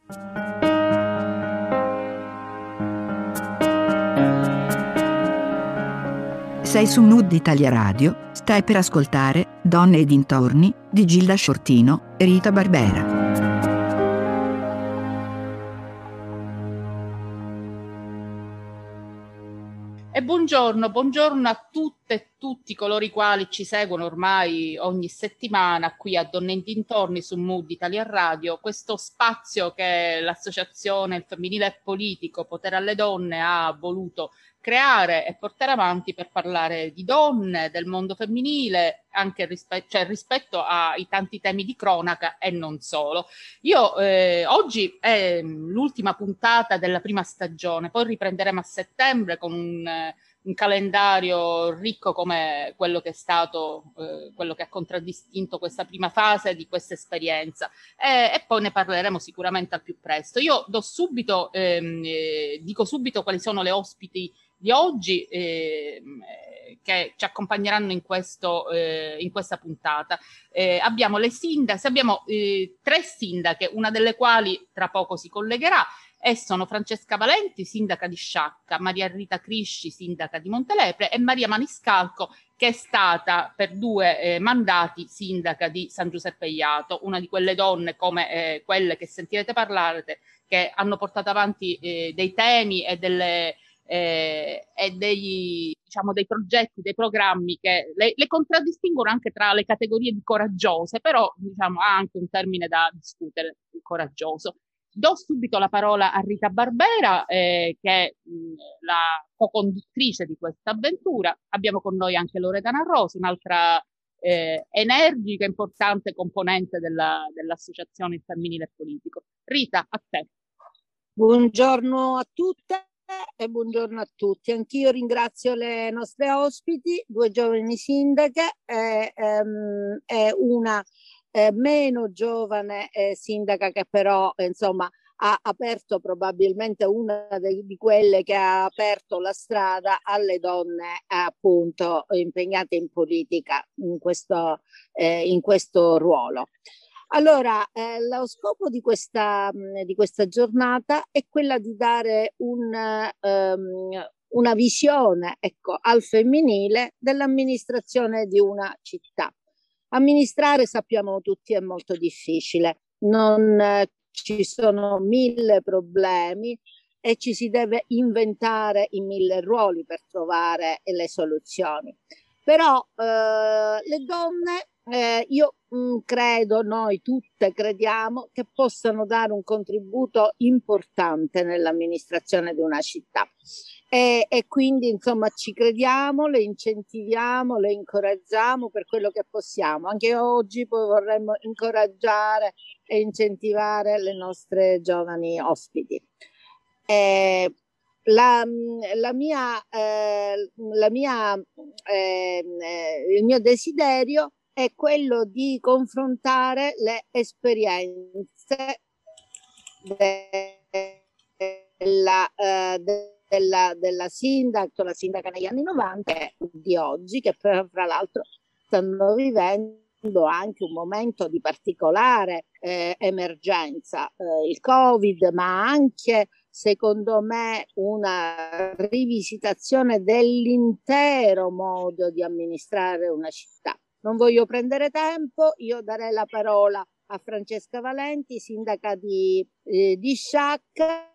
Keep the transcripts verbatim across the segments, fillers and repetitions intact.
Sei su Mood Italia Radio, stai per ascoltare Donne e dintorni di Gilda Shortino e Rita Barbera. E buongiorno, buongiorno a tutte e tutti coloro i quali ci seguono ormai ogni settimana qui a Donne e dintorni su Mood Italia Radio, questo spazio che l'associazione Il Femminile e Politico Potere alle Donne ha voluto creare e portare avanti per parlare di donne, del mondo femminile, anche rispe- cioè rispetto ai tanti temi di cronaca e non solo. Io eh, oggi è l'ultima puntata della prima stagione, poi riprenderemo a settembre con un, un calendario ricco come quello che è stato, eh, quello che ha contraddistinto questa prima fase di questa esperienza, e, e poi ne parleremo sicuramente al più presto. Io do subito, ehm, eh, dico subito quali sono le ospiti di oggi eh, che ci accompagneranno in, questo, eh, in questa puntata. Eh, abbiamo le sindache, abbiamo eh, tre sindache, una delle quali tra poco si collegherà, e sono Francesca Valenti, sindaca di Sciacca, Maria Rita Crisci, sindaca di Montelepre, e Maria Maniscalco, che è stata per due eh, mandati sindaca di San Giuseppe Jato, una di quelle donne come eh, quelle che sentirete parlare, che hanno portato avanti eh, dei temi e delle Eh, e dei, diciamo, dei progetti, dei programmi che le, le contraddistinguono anche tra le categorie di coraggiose, però diciamo, ha anche un termine da discutere, il coraggioso. Do subito la parola a Rita Barbera, eh, che è mh, la co-conduttrice di questa avventura. Abbiamo con noi anche Loredana Rosa, un'altra eh, energica e importante componente della, dell'Associazione Femminile e Politico. Rita, a te. Buongiorno a tutte e buongiorno a tutti. Anch'io ringrazio le nostre ospiti, due giovani sindache e, ehm, e una eh, meno giovane eh, sindaca che però eh, insomma ha aperto probabilmente una de- di quelle che ha aperto la strada alle donne appunto impegnate in politica in questo, eh, in questo ruolo. Allora, eh, lo scopo di questa, di questa giornata è quella di dare un, um, una visione, ecco, al femminile dell'amministrazione di una città. Amministrare, sappiamo tutti, è molto difficile, non eh, ci sono mille problemi e ci si deve inventare i mille ruoli per trovare le soluzioni. Però eh, le donne, eh, io mh, credo, noi tutte crediamo che possano dare un contributo importante nell'amministrazione di una città e, e quindi insomma ci crediamo, le incentiviamo, le incoraggiamo per quello che possiamo. Anche oggi poi vorremmo incoraggiare e incentivare le nostre giovani ospiti. Eh, La, la mia, eh, la mia, eh, il mio desiderio è quello di confrontare le esperienze della, eh, della, della sindaca, la sindaca negli anni novanta e di oggi, che fra, fra l'altro stanno vivendo anche un momento di particolare eh, emergenza, eh, il Covid, ma anche secondo me una rivisitazione dell'intero modo di amministrare una città. Non voglio prendere tempo, io darei la parola a Francesca Valenti, sindaca di, eh, di Sciacca,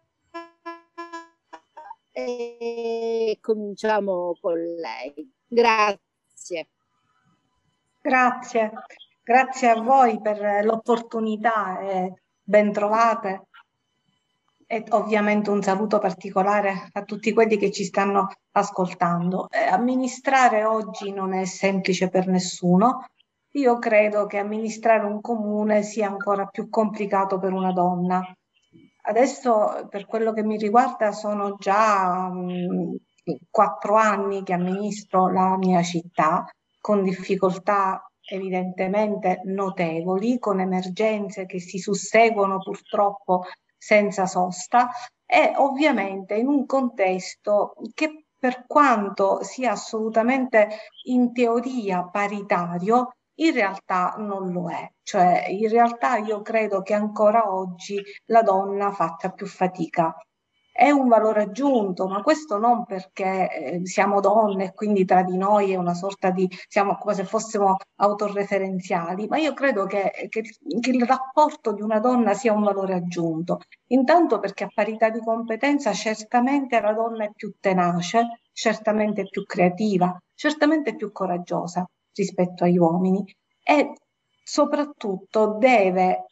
e cominciamo con lei. Grazie. Grazie, grazie a voi per l'opportunità e ben trovate. E ovviamente un saluto particolare a tutti quelli che ci stanno ascoltando. Eh, amministrare oggi non è semplice per nessuno. Io credo che amministrare un comune sia ancora più complicato per una donna. Adesso, per quello che mi riguarda, sono già mh, quattro anni che amministro la mia città, con difficoltà evidentemente notevoli, con emergenze che si susseguono purtroppo senza sosta e ovviamente in un contesto che, per quanto sia assolutamente in teoria paritario, In realtà non lo è, cioè in realtà io credo che ancora oggi la donna faccia più fatica. È un valore aggiunto, ma questo non perché eh, siamo donne e quindi tra di noi è una sorta di, siamo come se fossimo autoreferenziali, ma io credo che, che, che il rapporto di una donna sia un valore aggiunto. Intanto perché a parità di competenza certamente la donna è più tenace, certamente più creativa, certamente più coraggiosa rispetto agli uomini e soprattutto deve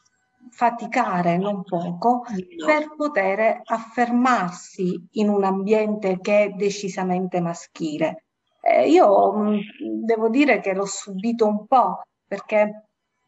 faticare non poco No. per poter affermarsi in un ambiente che è decisamente maschile. Eh, io mh, devo dire che l'ho subito un po' perché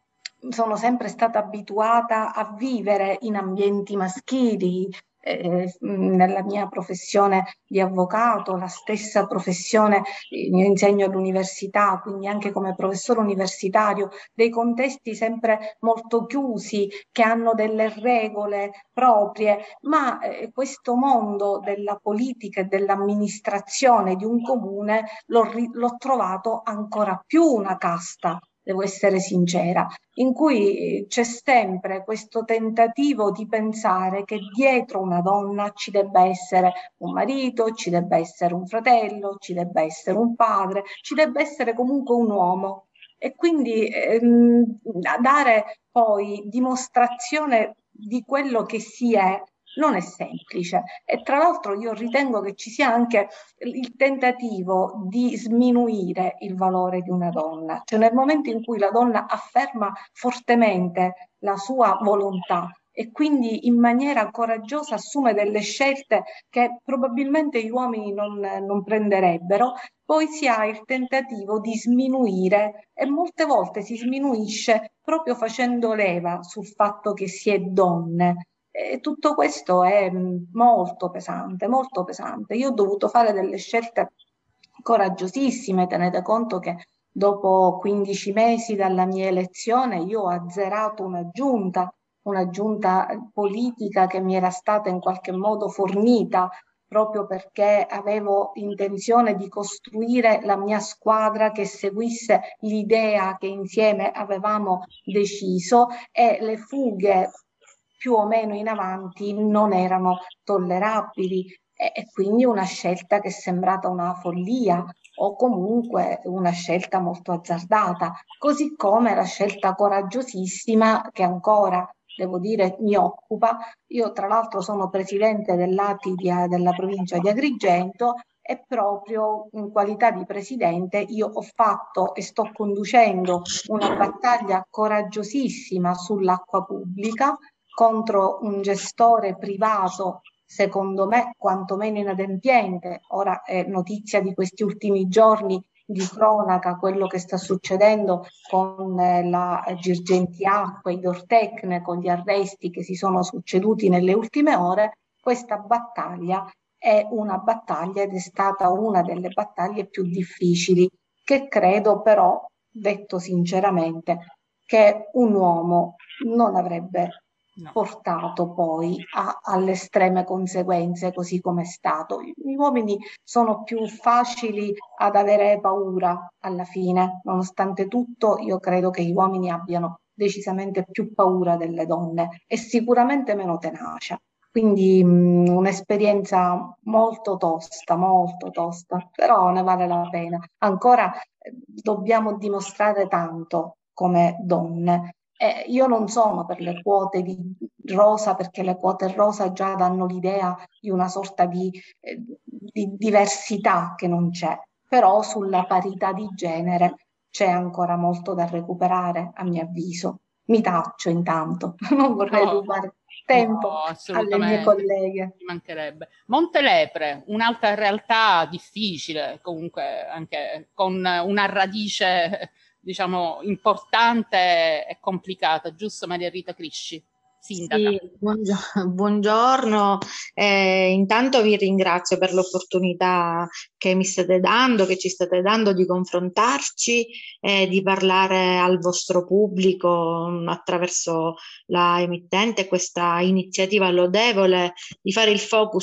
sono sempre stata abituata a vivere in ambienti maschili, eh, nella mia professione di avvocato, la stessa professione, io insegno all'università, quindi anche come professore universitario, dei contesti sempre molto chiusi, che hanno delle regole proprie, ma eh, questo mondo della politica e dell'amministrazione di un comune l'ho, l'ho trovato ancora più una casta, devo essere sincera, in cui c'è sempre questo tentativo di pensare che dietro una donna ci debba essere un marito, ci debba essere un fratello, ci debba essere un padre, ci debba essere comunque un uomo. E quindi ehm, dare poi dimostrazione di quello che si è non è semplice. E tra l'altro io ritengo che ci sia anche il tentativo di sminuire il valore di una donna. Cioè nel momento in cui la donna afferma fortemente la sua volontà e quindi in maniera coraggiosa assume delle scelte che probabilmente gli uomini non, non prenderebbero, poi si ha il tentativo di sminuire e molte volte si sminuisce proprio facendo leva sul fatto che si è donne. E tutto questo è molto pesante, molto pesante. Io ho dovuto fare delle scelte coraggiosissime, tenete conto che dopo quindici mesi dalla mia elezione io ho azzerato una giunta, una giunta politica che mi era stata in qualche modo fornita proprio perché avevo intenzione di costruire la mia squadra che seguisse l'idea che insieme avevamo deciso e le fughe più o meno in avanti non erano tollerabili e, e quindi una scelta che è sembrata una follia o comunque una scelta molto azzardata, così come la scelta coraggiosissima che ancora, devo dire, mi occupa. Io tra l'altro sono presidente dell'A T I di, della provincia di Agrigento e proprio in qualità di presidente io ho fatto e sto conducendo una battaglia coraggiosissima sull'acqua pubblica contro un gestore privato, secondo me, quantomeno inadempiente. Ora è notizia di questi ultimi giorni di cronaca quello che sta succedendo con eh, la Girgenti Acque, Idortecne, con gli arresti che si sono succeduti nelle ultime ore. Questa battaglia è una battaglia ed è stata una delle battaglie più difficili, che credo però, detto sinceramente, che un uomo non avrebbe no. portato poi a, alle estreme conseguenze, così come è stato. Gli uomini sono più facili ad avere paura alla fine, nonostante tutto io credo che gli uomini abbiano decisamente più paura delle donne e sicuramente meno tenacia. Quindi mh, un'esperienza molto tosta, molto tosta, però ne vale la pena. Ancora eh, dobbiamo dimostrare tanto come donne. Eh, io non sono per le quote di rosa, perché le quote rosa già danno l'idea di una sorta di, eh, di diversità che non c'è, però sulla parità di genere c'è ancora molto da recuperare, a mio avviso. Mi taccio intanto, non vorrei no, rubare tempo no, alle mie colleghe. Ci mancherebbe. Montelepre, un'altra realtà difficile, comunque anche con una radice diciamo importante e complicata, giusto Maria Rita Crisci? Sindaca. Sì, buongiorno, buongiorno. Eh, intanto vi ringrazio per l'opportunità che mi state dando, che ci state dando di confrontarci e di parlare al vostro pubblico attraverso la emittente, questa iniziativa lodevole di fare il focus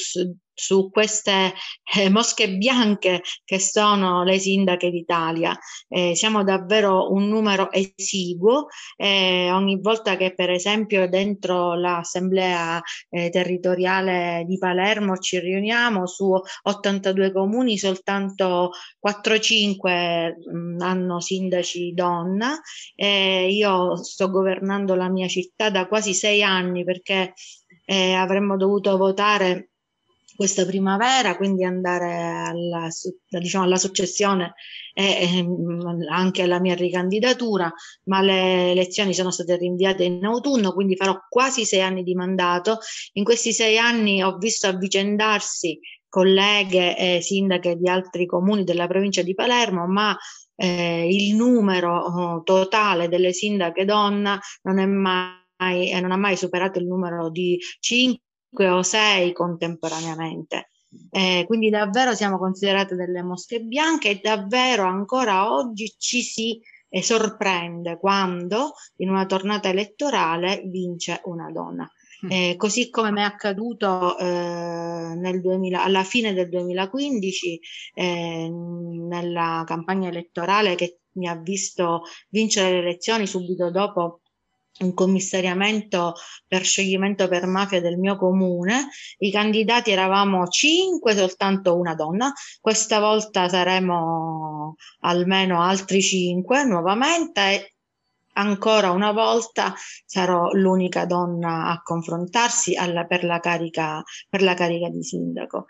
su queste eh, mosche bianche che sono le sindache d'Italia. Eh, siamo davvero un numero esiguo. Eh, ogni volta che per esempio dentro l'assemblea eh, territoriale di Palermo ci riuniamo, su ottantadue comuni soltanto quattro cinque mh, hanno sindaci donna. Eh, io sto governando la mia città da quasi sei anni, perché eh, avremmo dovuto votare questa primavera, quindi andare alla, diciamo, alla successione e eh, anche alla mia ricandidatura, ma le elezioni sono state rinviate in autunno, quindi farò quasi sei anni di mandato. In questi sei anni ho visto avvicendarsi colleghe e sindache di altri comuni della provincia di Palermo, ma eh, il numero oh, totale delle sindache donna non è mai, eh, non ha mai superato il numero di cinque o sei contemporaneamente. Eh, quindi davvero siamo considerate delle mosche bianche e davvero ancora oggi ci si eh, sorprende quando in una tornata elettorale vince una donna. Eh, così come mi è accaduto eh, nel duemila, alla fine del duemilaquindici, eh, nella campagna elettorale che mi ha visto vincere le elezioni subito dopo un commissariamento per scioglimento per mafia del mio comune. I candidati eravamo cinque, soltanto una donna. Questa volta saremo almeno altri cinque nuovamente e ancora una volta sarò l'unica donna a confrontarsi alla, per, la carica, per la carica di sindaco.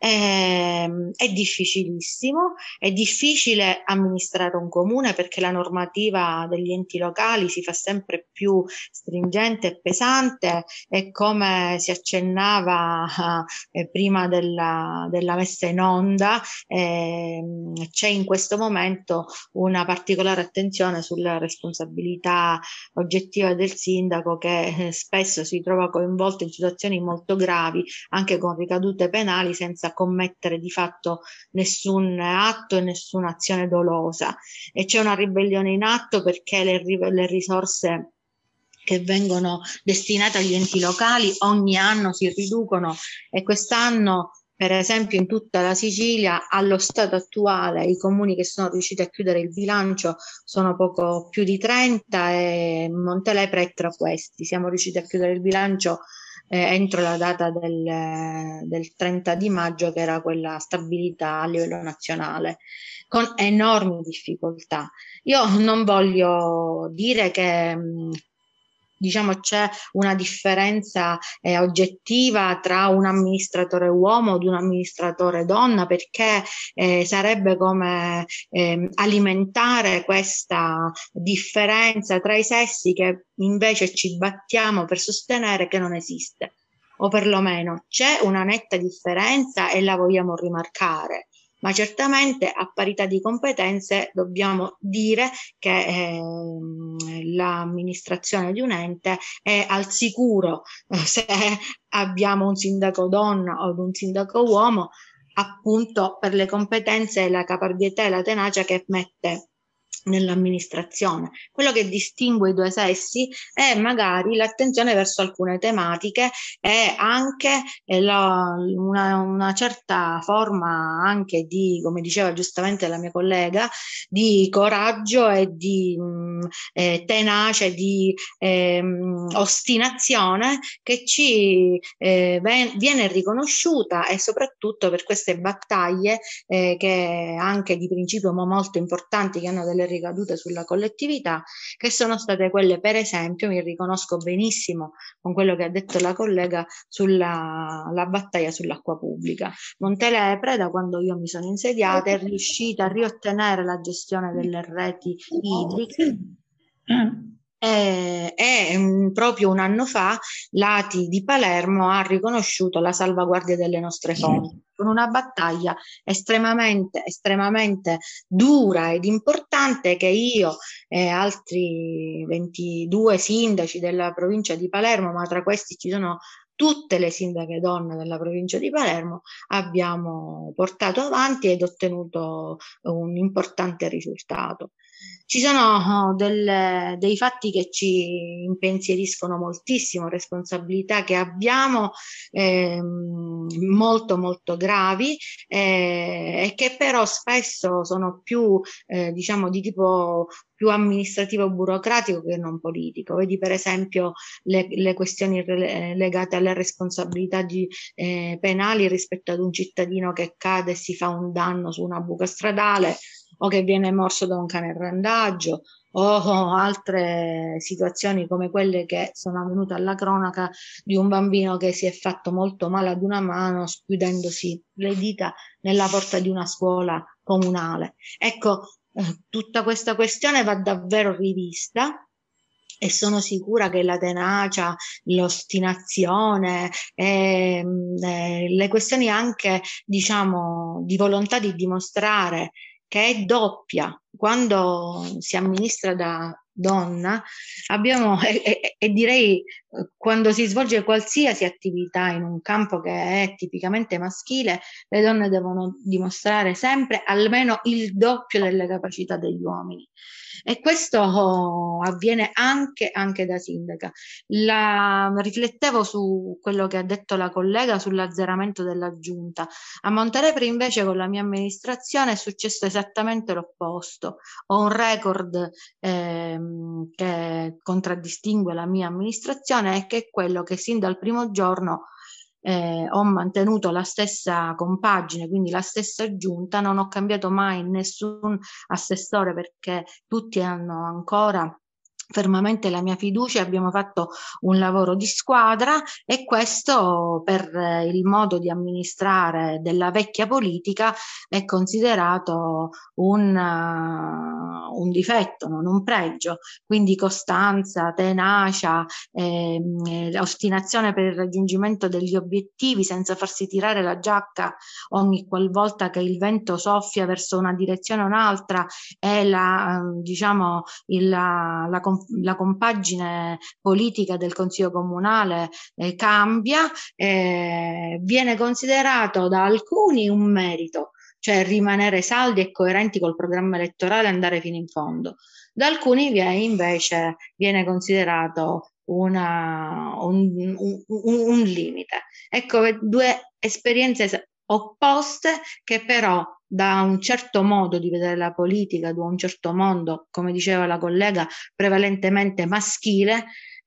È, è difficilissimo, è difficile amministrare un comune perché la normativa degli enti locali si fa sempre più stringente e pesante, e come si accennava eh, prima della, della messa in onda, eh, c'è in questo momento una particolare attenzione sulla responsabilità oggettiva del sindaco, che eh, spesso si trova coinvolto in situazioni molto gravi, anche con ricadute penali, senza commettere di fatto nessun atto e nessuna azione dolosa. E c'è una ribellione in atto perché le, le risorse che vengono destinate agli enti locali ogni anno si riducono, e quest'anno per esempio in tutta la Sicilia, allo stato attuale, i comuni che sono riusciti a chiudere il bilancio sono poco più di trenta e Montelepre è tra questi. Siamo riusciti a chiudere il bilancio eh, entro la data del, del trenta di maggio, che era quella stabilita a livello nazionale, con enormi difficoltà. Io non voglio dire che mh, diciamo c'è una differenza eh, oggettiva tra un amministratore uomo ed un amministratore donna, perché eh, sarebbe come eh, alimentare questa differenza tra i sessi, che invece ci battiamo per sostenere che non esiste, o perlomeno c'è una netta differenza e la vogliamo rimarcare. Ma certamente a parità di competenze dobbiamo dire che eh, l'amministrazione di un ente è al sicuro eh, se abbiamo un sindaco donna o un sindaco uomo, appunto per le competenze e la caparbietà e la tenacia che mette nell'amministrazione. Quello che distingue i due sessi è magari l'attenzione verso alcune tematiche e anche la, una, una certa forma anche di, come diceva giustamente la mia collega, di coraggio e di mh, eh, tenacia, di eh, ostinazione che ci eh, viene riconosciuta, e soprattutto per queste battaglie eh, che anche di principio ma molto importanti, che hanno delle ricadute sulla collettività, che sono state quelle, per esempio, mi riconosco benissimo con quello che ha detto la collega sulla la battaglia sull'acqua pubblica. Montelepre, da quando io mi sono insediata, è riuscita a riottenere la gestione delle reti idriche. E, e mh, proprio un anno fa l'A T I di Palermo ha riconosciuto la salvaguardia delle nostre fonti, con una battaglia estremamente, estremamente dura ed importante, che io e altri ventidue sindaci della provincia di Palermo, ma tra questi ci sono tutte le sindache donne della provincia di Palermo, abbiamo portato avanti ed ottenuto un importante risultato. Ci sono oh, del, dei fatti che ci impensieriscono moltissimo, responsabilità che abbiamo eh, molto molto gravi eh, e che però spesso sono più eh, diciamo di tipo più amministrativo burocratico che non politico. Vedi per esempio le, le questioni re, legate alle responsabilità di, eh, penali rispetto ad un cittadino che cade e si fa un danno su una buca stradale, o che viene morso da un cane randaggio, o altre situazioni come quelle che sono avvenute alla cronaca di un bambino che si è fatto molto male ad una mano schiudendosi le dita nella porta di una scuola comunale. Ecco, eh, tutta questa questione va davvero rivista e sono sicura che la tenacia, l'ostinazione, eh, eh, le questioni anche, diciamo, di volontà di dimostrare che è doppia quando si amministra da donna, abbiamo, e, e, e direi quando si svolge qualsiasi attività in un campo che è tipicamente maschile, le donne devono dimostrare sempre almeno il doppio delle capacità degli uomini. E questo oh, avviene anche, anche da sindaca. La, riflettevo su quello che ha detto la collega sull'azzeramento della giunta. A Monterepre invece con la mia amministrazione è successo esattamente l'opposto. Ho un record ehm, che contraddistingue la mia amministrazione e che è quello che sin dal primo giorno Eh, ho mantenuto la stessa compagine, quindi la stessa giunta, non ho cambiato mai nessun assessore perché tutti hanno ancora fermamente la mia fiducia, abbiamo fatto un lavoro di squadra e questo per il modo di amministrare della vecchia politica è considerato un, uh, un difetto, non un pregio, quindi costanza, tenacia, ehm, ostinazione per il raggiungimento degli obiettivi senza farsi tirare la giacca ogni qualvolta che il vento soffia verso una direzione o un'altra e la, diciamo, il, la, la la compagine politica del Consiglio Comunale eh, cambia, eh, viene considerato da alcuni un merito, cioè rimanere saldi e coerenti col programma elettorale e andare fino in fondo. Da alcuni viene invece viene considerato una, un, un, un, un limite. Ecco, due esperienze opposte che però da un certo modo di vedere la politica, da un certo mondo, come diceva la collega, prevalentemente maschile,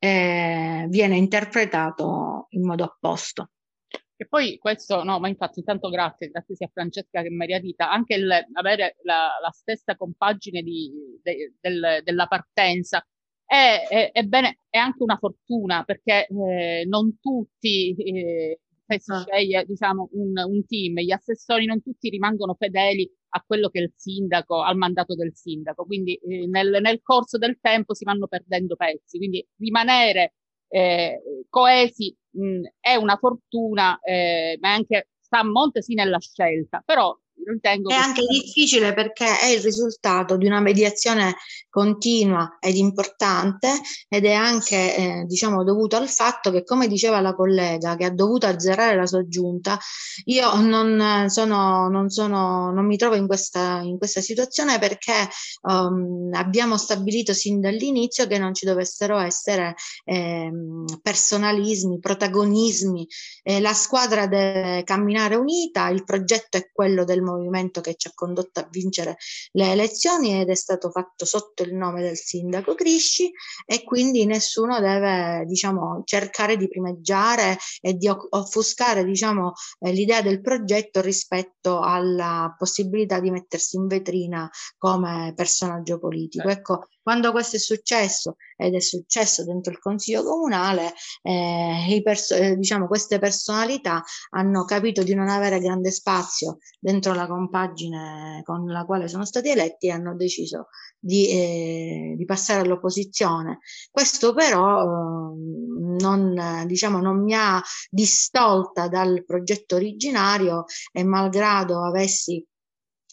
eh, viene interpretato in modo opposto. E poi questo, no, ma infatti intanto grazie, grazie sia a Francesca che a Maria Rita, anche il, avere la, la stessa compagine di, de, del, della partenza è, è, è, bene, è anche una fortuna perché eh, non tutti... Eh, se si sceglie diciamo un, un team, gli assessori non tutti rimangono fedeli a quello che è il sindaco, al mandato del sindaco, quindi eh, nel, nel corso del tempo si vanno perdendo pezzi, quindi rimanere eh, coesi mh, è una fortuna, eh, ma anche sta a monte sì nella scelta, però ritengo è che anche difficile perché è il risultato di una mediazione continua ed importante ed è anche eh, diciamo dovuto al fatto che, come diceva la collega che ha dovuto azzerare la sua giunta, io non sono non sono non mi trovo in questa in questa situazione perché um, abbiamo stabilito sin dall'inizio che non ci dovessero essere eh, personalismi, protagonismi, eh, la squadra deve camminare unita, il progetto è quello del movimento che ci ha condotto a vincere le elezioni ed è stato fatto sotto il nome del sindaco Crisci e quindi nessuno deve diciamo cercare di primeggiare e di offuscare diciamo eh, l'idea del progetto rispetto alla possibilità di mettersi in vetrina come personaggio politico. Ecco, quando questo è successo ed è successo dentro il Consiglio Comunale, eh, i perso- eh, diciamo queste personalità hanno capito di non avere grande spazio dentro la compagine con la quale sono stati eletti e hanno deciso di, eh, di passare all'opposizione. Questo però eh, non, diciamo, non mi ha distolta dal progetto originario e malgrado avessi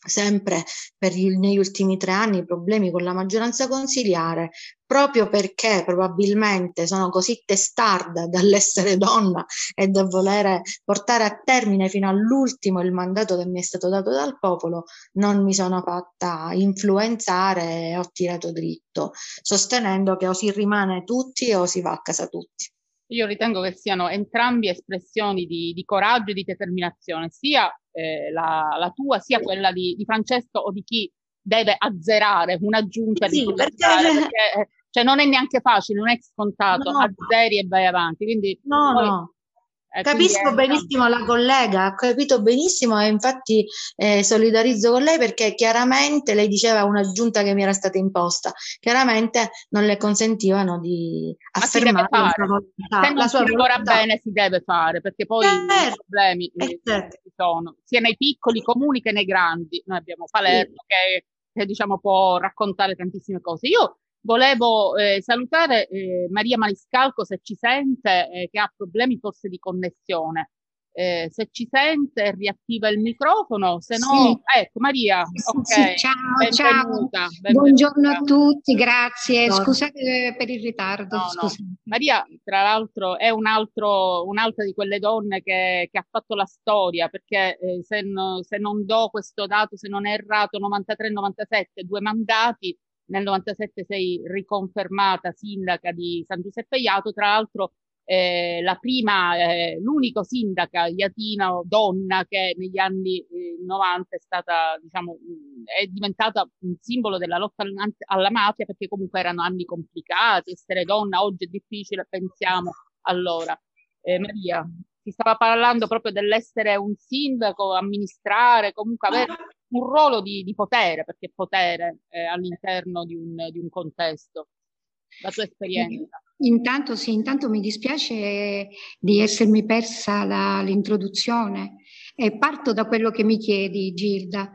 sempre per gli, negli ultimi tre anni problemi con la maggioranza consiliare, proprio perché probabilmente sono così testarda dall'essere donna e da volere portare a termine fino all'ultimo il mandato che mi è stato dato dal popolo, non mi sono fatta influenzare e ho tirato dritto, sostenendo che o si rimane tutti o si va a casa tutti. Io ritengo che siano entrambi espressioni di, di coraggio e di determinazione, sia eh, la, la tua, sia quella di, di Francesco o di chi deve azzerare una giunta sì, di perché... perché cioè, non è neanche facile, non è scontato, no. azzeri e vai avanti. Quindi, no, poi, no. Eh, Capisco è... benissimo la collega, ha capito benissimo e infatti eh, solidarizzo con lei perché chiaramente lei diceva una giunta che mi era stata imposta, chiaramente non le consentivano di affermare la sua volontà. Se non si lavora bene si deve fare, perché poi certo, i problemi eh, certo. ci sono, sia nei piccoli comuni che nei grandi. Noi abbiamo Palermo sì. che, che diciamo può raccontare tantissime cose. Io volevo eh, salutare eh, Maria Maniscalco, se ci sente, eh, che ha problemi forse di connessione. Eh, se ci sente, riattiva il microfono, se no... Sì. Ecco, Maria, sì, ok. Sì, ciao, benvenuta, ciao. Benvenuta. Buongiorno a tutti, grazie. Scusate per il ritardo. No, no. Maria, tra l'altro, è un altro, un'altra di quelle donne che, che ha fatto la storia, perché eh, se, no, se non do questo dato, se non è errato, novantatré novantasette, due mandati, nel novantasette sei riconfermata sindaca di San Giuseppe Jato, tra l'altro eh, la prima, eh, l'unico sindaca iatina donna che negli anni eh, novanta è stata, diciamo, è diventata un simbolo della lotta alla mafia, perché comunque erano anni complicati, essere donna oggi è difficile, pensiamo allora. Eh, Maria, si stava parlando proprio dell'essere un sindaco, amministrare, comunque avere un ruolo di, di potere, perché potere eh, all'interno di un, di un contesto. La tua esperienza. Intanto sì, intanto mi dispiace di essermi persa la, l'introduzione e parto da quello che mi chiedi, Gilda.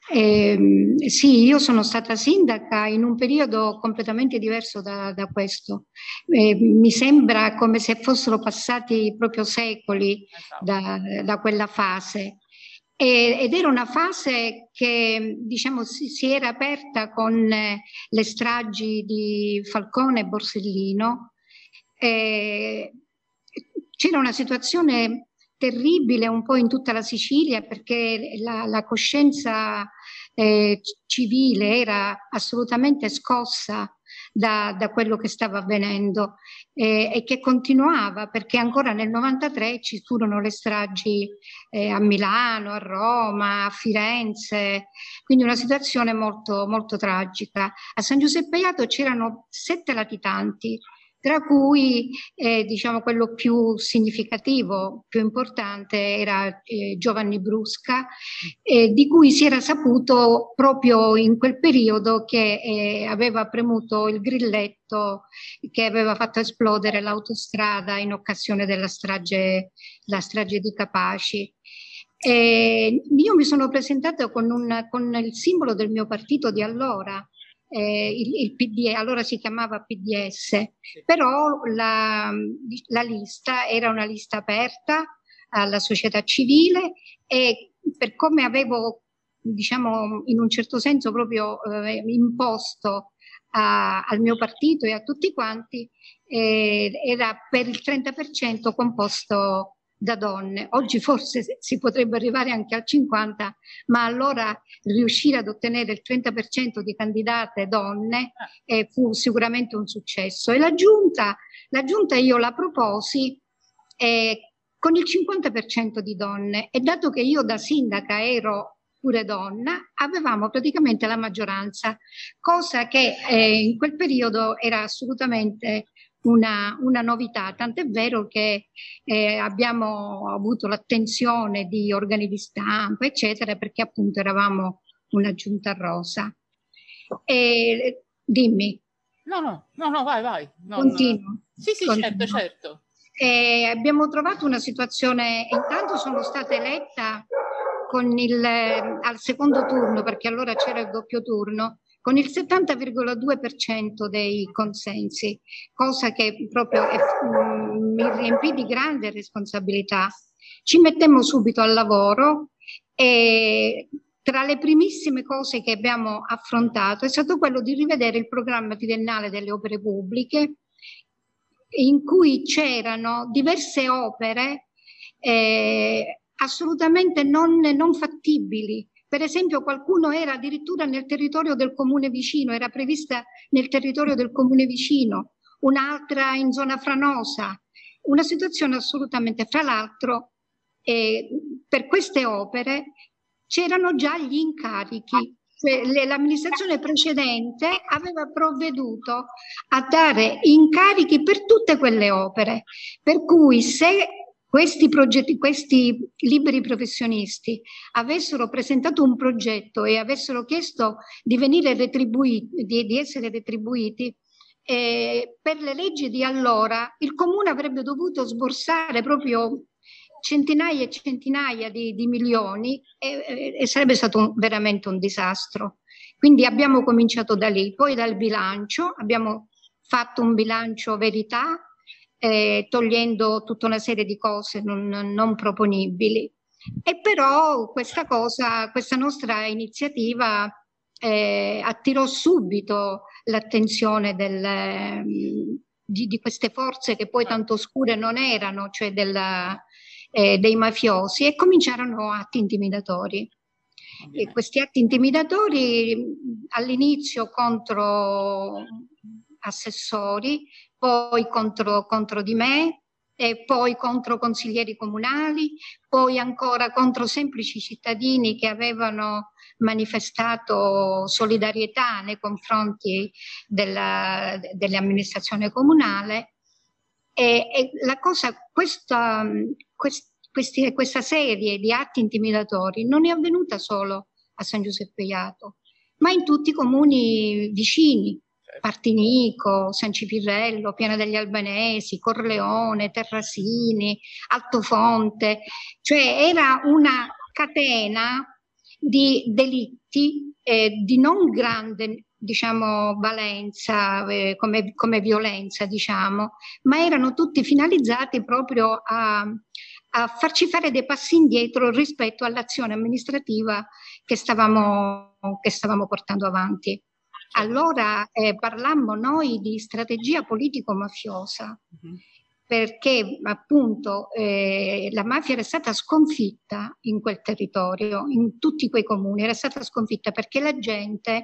Eh, sì, io sono stata sindaca in un periodo completamente diverso da, da questo. Eh, mi sembra come se fossero passati proprio secoli esatto. da, da quella fase. Ed era una fase che, diciamo, si, si era aperta con le stragi di Falcone e Borsellino. Eh, c'era una situazione terribile un po' in tutta la Sicilia, perché la, la coscienza eh, civile era assolutamente scossa Da, da quello che stava avvenendo eh, e che continuava, perché ancora nel novantatré ci furono le stragi eh, a Milano, a Roma, a Firenze, quindi una situazione molto, molto tragica. A San Giuseppe Jato c'erano sette latitanti, tra cui eh, diciamo quello più significativo, più importante era eh, Giovanni Brusca, eh, di cui si era saputo proprio in quel periodo che eh, aveva premuto il grilletto che aveva fatto esplodere l'autostrada in occasione della strage, la strage di Capaci. E io mi sono presentata con, un, con il simbolo del mio partito di allora, Eh, il, il P D, allora si chiamava P D S, però la, la lista era una lista aperta alla società civile e per come avevo, diciamo, in un certo senso proprio eh, imposto a, al mio partito e a tutti quanti, eh, era per il trenta per cento composto da donne. Oggi forse si potrebbe arrivare anche al cinquanta, ma allora riuscire ad ottenere il trenta per cento di candidate donne eh, fu sicuramente un successo. E la giunta, la giunta io la proposi eh, con il cinquanta per cento di donne, e dato che io da sindaca ero pure donna, avevamo praticamente la maggioranza, cosa che eh, in quel periodo era assolutamente Una, una novità, tant'è vero che eh, abbiamo avuto l'attenzione di organi di stampa, eccetera, perché appunto eravamo una giunta rosa. E, dimmi. No, no, no, no, vai, vai. Non... Continuo. Sì, sì, Continuo. certo, certo. E abbiamo trovato una situazione, intanto sono stata eletta con il, al secondo turno, perché allora c'era il doppio turno, con il settanta virgola due per cento dei consensi, cosa che proprio è, mh, mi riempì di grande responsabilità. Ci mettemmo subito al lavoro e tra le primissime cose che abbiamo affrontato è stato quello di rivedere il programma triennale delle opere pubbliche, in cui c'erano diverse opere eh, assolutamente non, non fattibili. Per esempio, qualcuno era addirittura nel territorio del comune vicino, era prevista nel territorio del comune vicino, un'altra in zona franosa, una situazione assolutamente. Fra l'altro, eh, per queste opere c'erano già gli incarichi. Cioè, l'amministrazione precedente aveva provveduto a dare incarichi per tutte quelle opere, per cui se questi progetti, questi liberi professionisti avessero presentato un progetto e avessero chiesto di venire retribuiti, di, di essere retribuiti, eh, per le leggi di allora il comune avrebbe dovuto sborsare proprio centinaia e centinaia di, di milioni e, e sarebbe stato un, veramente un disastro. Quindi abbiamo cominciato da lì, poi dal bilancio, abbiamo fatto un bilancio verità, eh, togliendo tutta una serie di cose non, non proponibili. E però questa cosa, questa nostra iniziativa eh, attirò subito l'attenzione del, di, di queste forze che poi tanto oscure non erano, cioè della, eh, dei mafiosi, e cominciarono atti intimidatori. E questi atti intimidatori all'inizio contro assessori, poi contro, contro di me, e poi contro consiglieri comunali, poi ancora contro semplici cittadini che avevano manifestato solidarietà nei confronti della, dell'amministrazione comunale. E, e la cosa, questa, quest, questi, questa serie di atti intimidatori non è avvenuta solo a San Giuseppe Jato, ma in tutti i comuni vicini. Partinico, San Cipirrello, Piana degli Albanesi, Corleone, Terrasini, Altofonte, cioè era una catena di delitti eh, di non grande, diciamo, valenza eh, come, come violenza, diciamo, ma erano tutti finalizzati proprio a, a farci fare dei passi indietro rispetto all'azione amministrativa che stavamo, che stavamo portando avanti. Allora eh, parlammo noi di strategia politico-mafiosa, uh-huh. perché appunto eh, la mafia era stata sconfitta in quel territorio, in tutti quei comuni, era stata sconfitta perché la gente,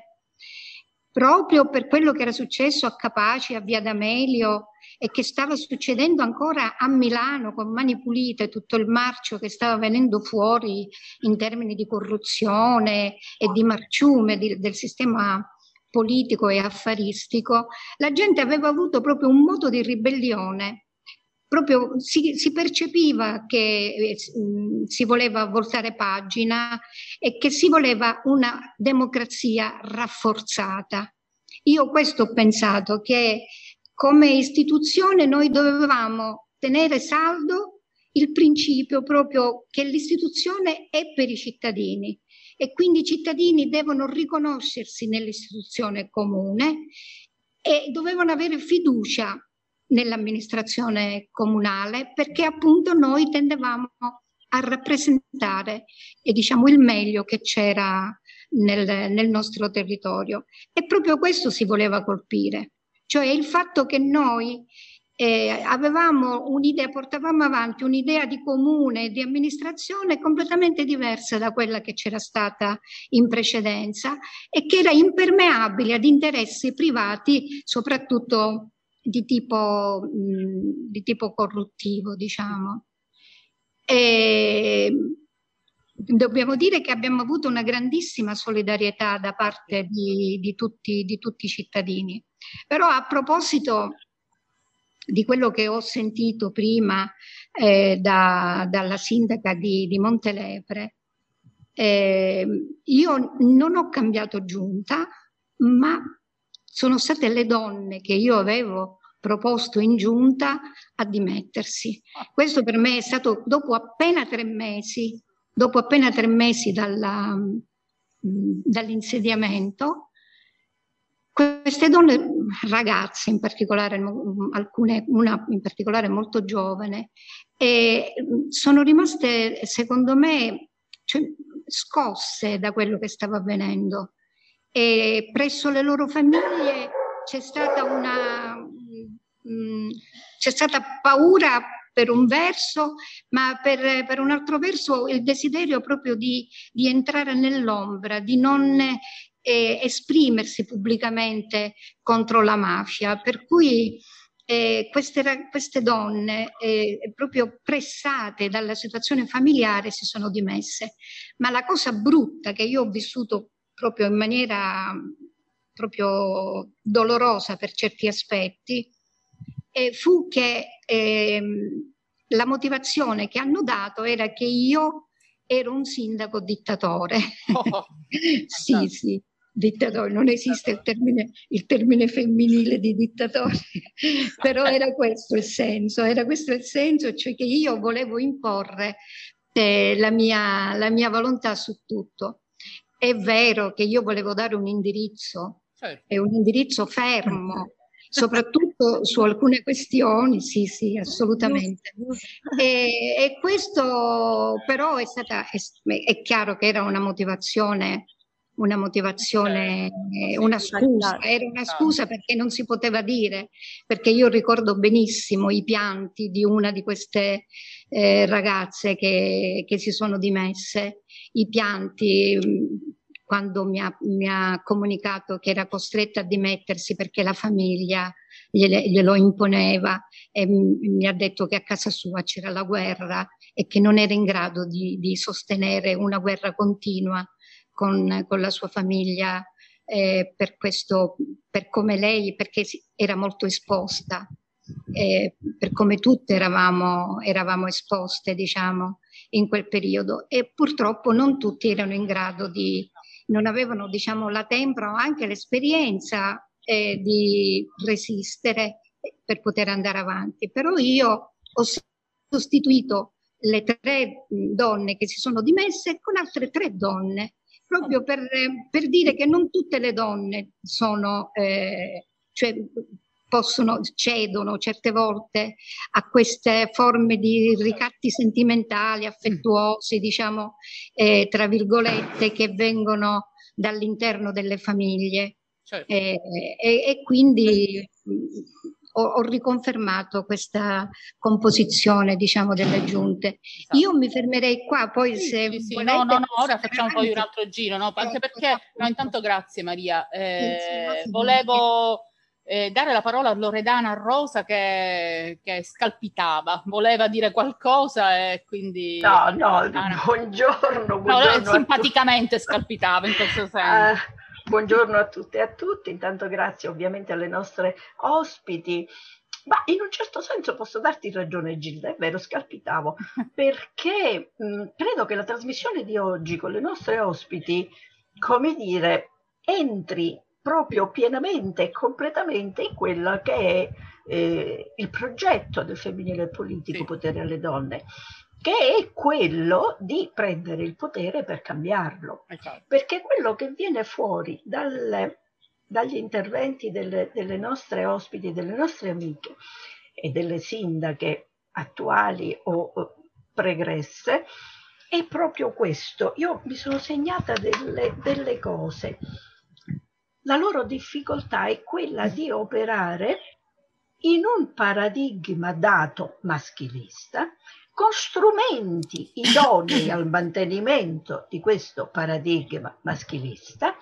proprio per quello che era successo a Capaci, a Via D'Amelio, e che stava succedendo ancora a Milano con Mani Pulite, tutto il marcio che stava venendo fuori in termini di corruzione e di marciume di, del sistema politico e affaristico, la gente aveva avuto proprio un moto di ribellione, proprio si, si percepiva che eh, si voleva voltare pagina e che si voleva una democrazia rafforzata. Io questo ho pensato, che come istituzione noi dovevamo tenere saldo il principio proprio che l'istituzione è per i cittadini, e quindi i cittadini devono riconoscersi nell'istituzione comune e dovevano avere fiducia nell'amministrazione comunale, perché appunto noi tendevamo a rappresentare e diciamo il meglio che c'era nel, nel nostro territorio. E proprio questo si voleva colpire, cioè il fatto che noi Eh, avevamo un'idea, portavamo avanti un'idea di comune, di amministrazione completamente diversa da quella che c'era stata in precedenza e che era impermeabile ad interessi privati, soprattutto di tipo, mh, di tipo corruttivo, diciamo. E dobbiamo dire che abbiamo avuto una grandissima solidarietà da parte di, di, tutti, di tutti i cittadini. Però a proposito di quello che ho sentito prima eh, da, dalla sindaca di, di Montelepre, eh, io non ho cambiato giunta, ma sono state le donne che io avevo proposto in giunta a dimettersi. Questo per me è stato dopo appena tre mesi, dopo appena tre mesi dalla, dall'insediamento. Queste donne, ragazze in particolare, alcune, una in particolare molto giovane, e sono rimaste, secondo me, cioè, scosse da quello che stava avvenendo e presso le loro famiglie c'è stata una mh, c'è stata paura per un verso, ma per, per un altro verso il desiderio proprio di, di entrare nell'ombra, di non eh, esprimersi pubblicamente contro la mafia, per cui eh, queste, queste donne eh, proprio pressate dalla situazione familiare si sono dimesse. Ma la cosa brutta che io ho vissuto proprio in maniera proprio dolorosa per certi aspetti eh, fu che eh, la motivazione che hanno dato era che io ero un sindaco dittatore. Oh, sì, sì, dittatore, non esiste il termine, il termine femminile di dittatore, però era questo il senso, era questo il senso, cioè che io volevo imporre eh, la mia, la mia volontà su tutto. È vero che io volevo dare un indirizzo, certo. È un indirizzo fermo, soprattutto su alcune questioni, sì, sì, assolutamente. E, e questo però è stata, è, è chiaro che era una motivazione, una motivazione, eh, una scusa, era una scusa perché non si poteva dire, perché io ricordo benissimo i pianti di una di queste eh, ragazze che, che si sono dimesse, i pianti quando mi ha, mi ha comunicato che era costretta a dimettersi perché la famiglia gliele, glielo imponeva e mi, mi ha detto che a casa sua c'era la guerra e che non era in grado di, di sostenere una guerra continua con, con la sua famiglia eh, per questo, per come lei, perché era molto esposta, eh, per come tutte eravamo, eravamo esposte, diciamo, in quel periodo, e purtroppo non tutti erano in grado di, non avevano, diciamo, la tempra o anche l'esperienza eh, di resistere per poter andare avanti. Però io ho sostituito le tre donne che si sono dimesse con altre tre donne, proprio per, per dire che non tutte le donne sono, eh, cioè, possono, cedono certe volte a queste forme di ricatti sentimentali, affettuosi, diciamo, eh, tra virgolette, che vengono dall'interno delle famiglie. Certo. Eh, e, e quindi ho, ho riconfermato questa composizione, diciamo, delle giunte. Esatto. Io mi fermerei qua, poi sì, se sì, sì. volete... No, no, no, ora facciamo poi un altro giro, no? Anche perché, no, intanto grazie Maria, eh, volevo... Eh, dare la parola a Loredana Rosa che, che scalpitava, voleva dire qualcosa e quindi... No, no, buongiorno, buongiorno no, simpaticamente scalpitava in questo senso. Uh, buongiorno a tutte e a tutti, intanto grazie ovviamente alle nostre ospiti. Ma in un certo senso posso darti ragione Gilda, è vero, scalpitavo, perché mh, credo che la trasmissione di oggi con le nostre ospiti, come dire, entri proprio pienamente e completamente in quello che è eh, il progetto del femminile politico, sì. Potere alle donne, che è quello di prendere il potere per cambiarlo. Esatto. Perché quello che viene fuori dalle, dagli interventi delle, delle nostre ospiti, delle nostre amiche e delle sindache attuali o, o pregresse, è proprio questo. Io mi sono segnata delle, delle cose. La loro difficoltà è quella di operare in un paradigma dato maschilista, con strumenti idonei al mantenimento di questo paradigma maschilista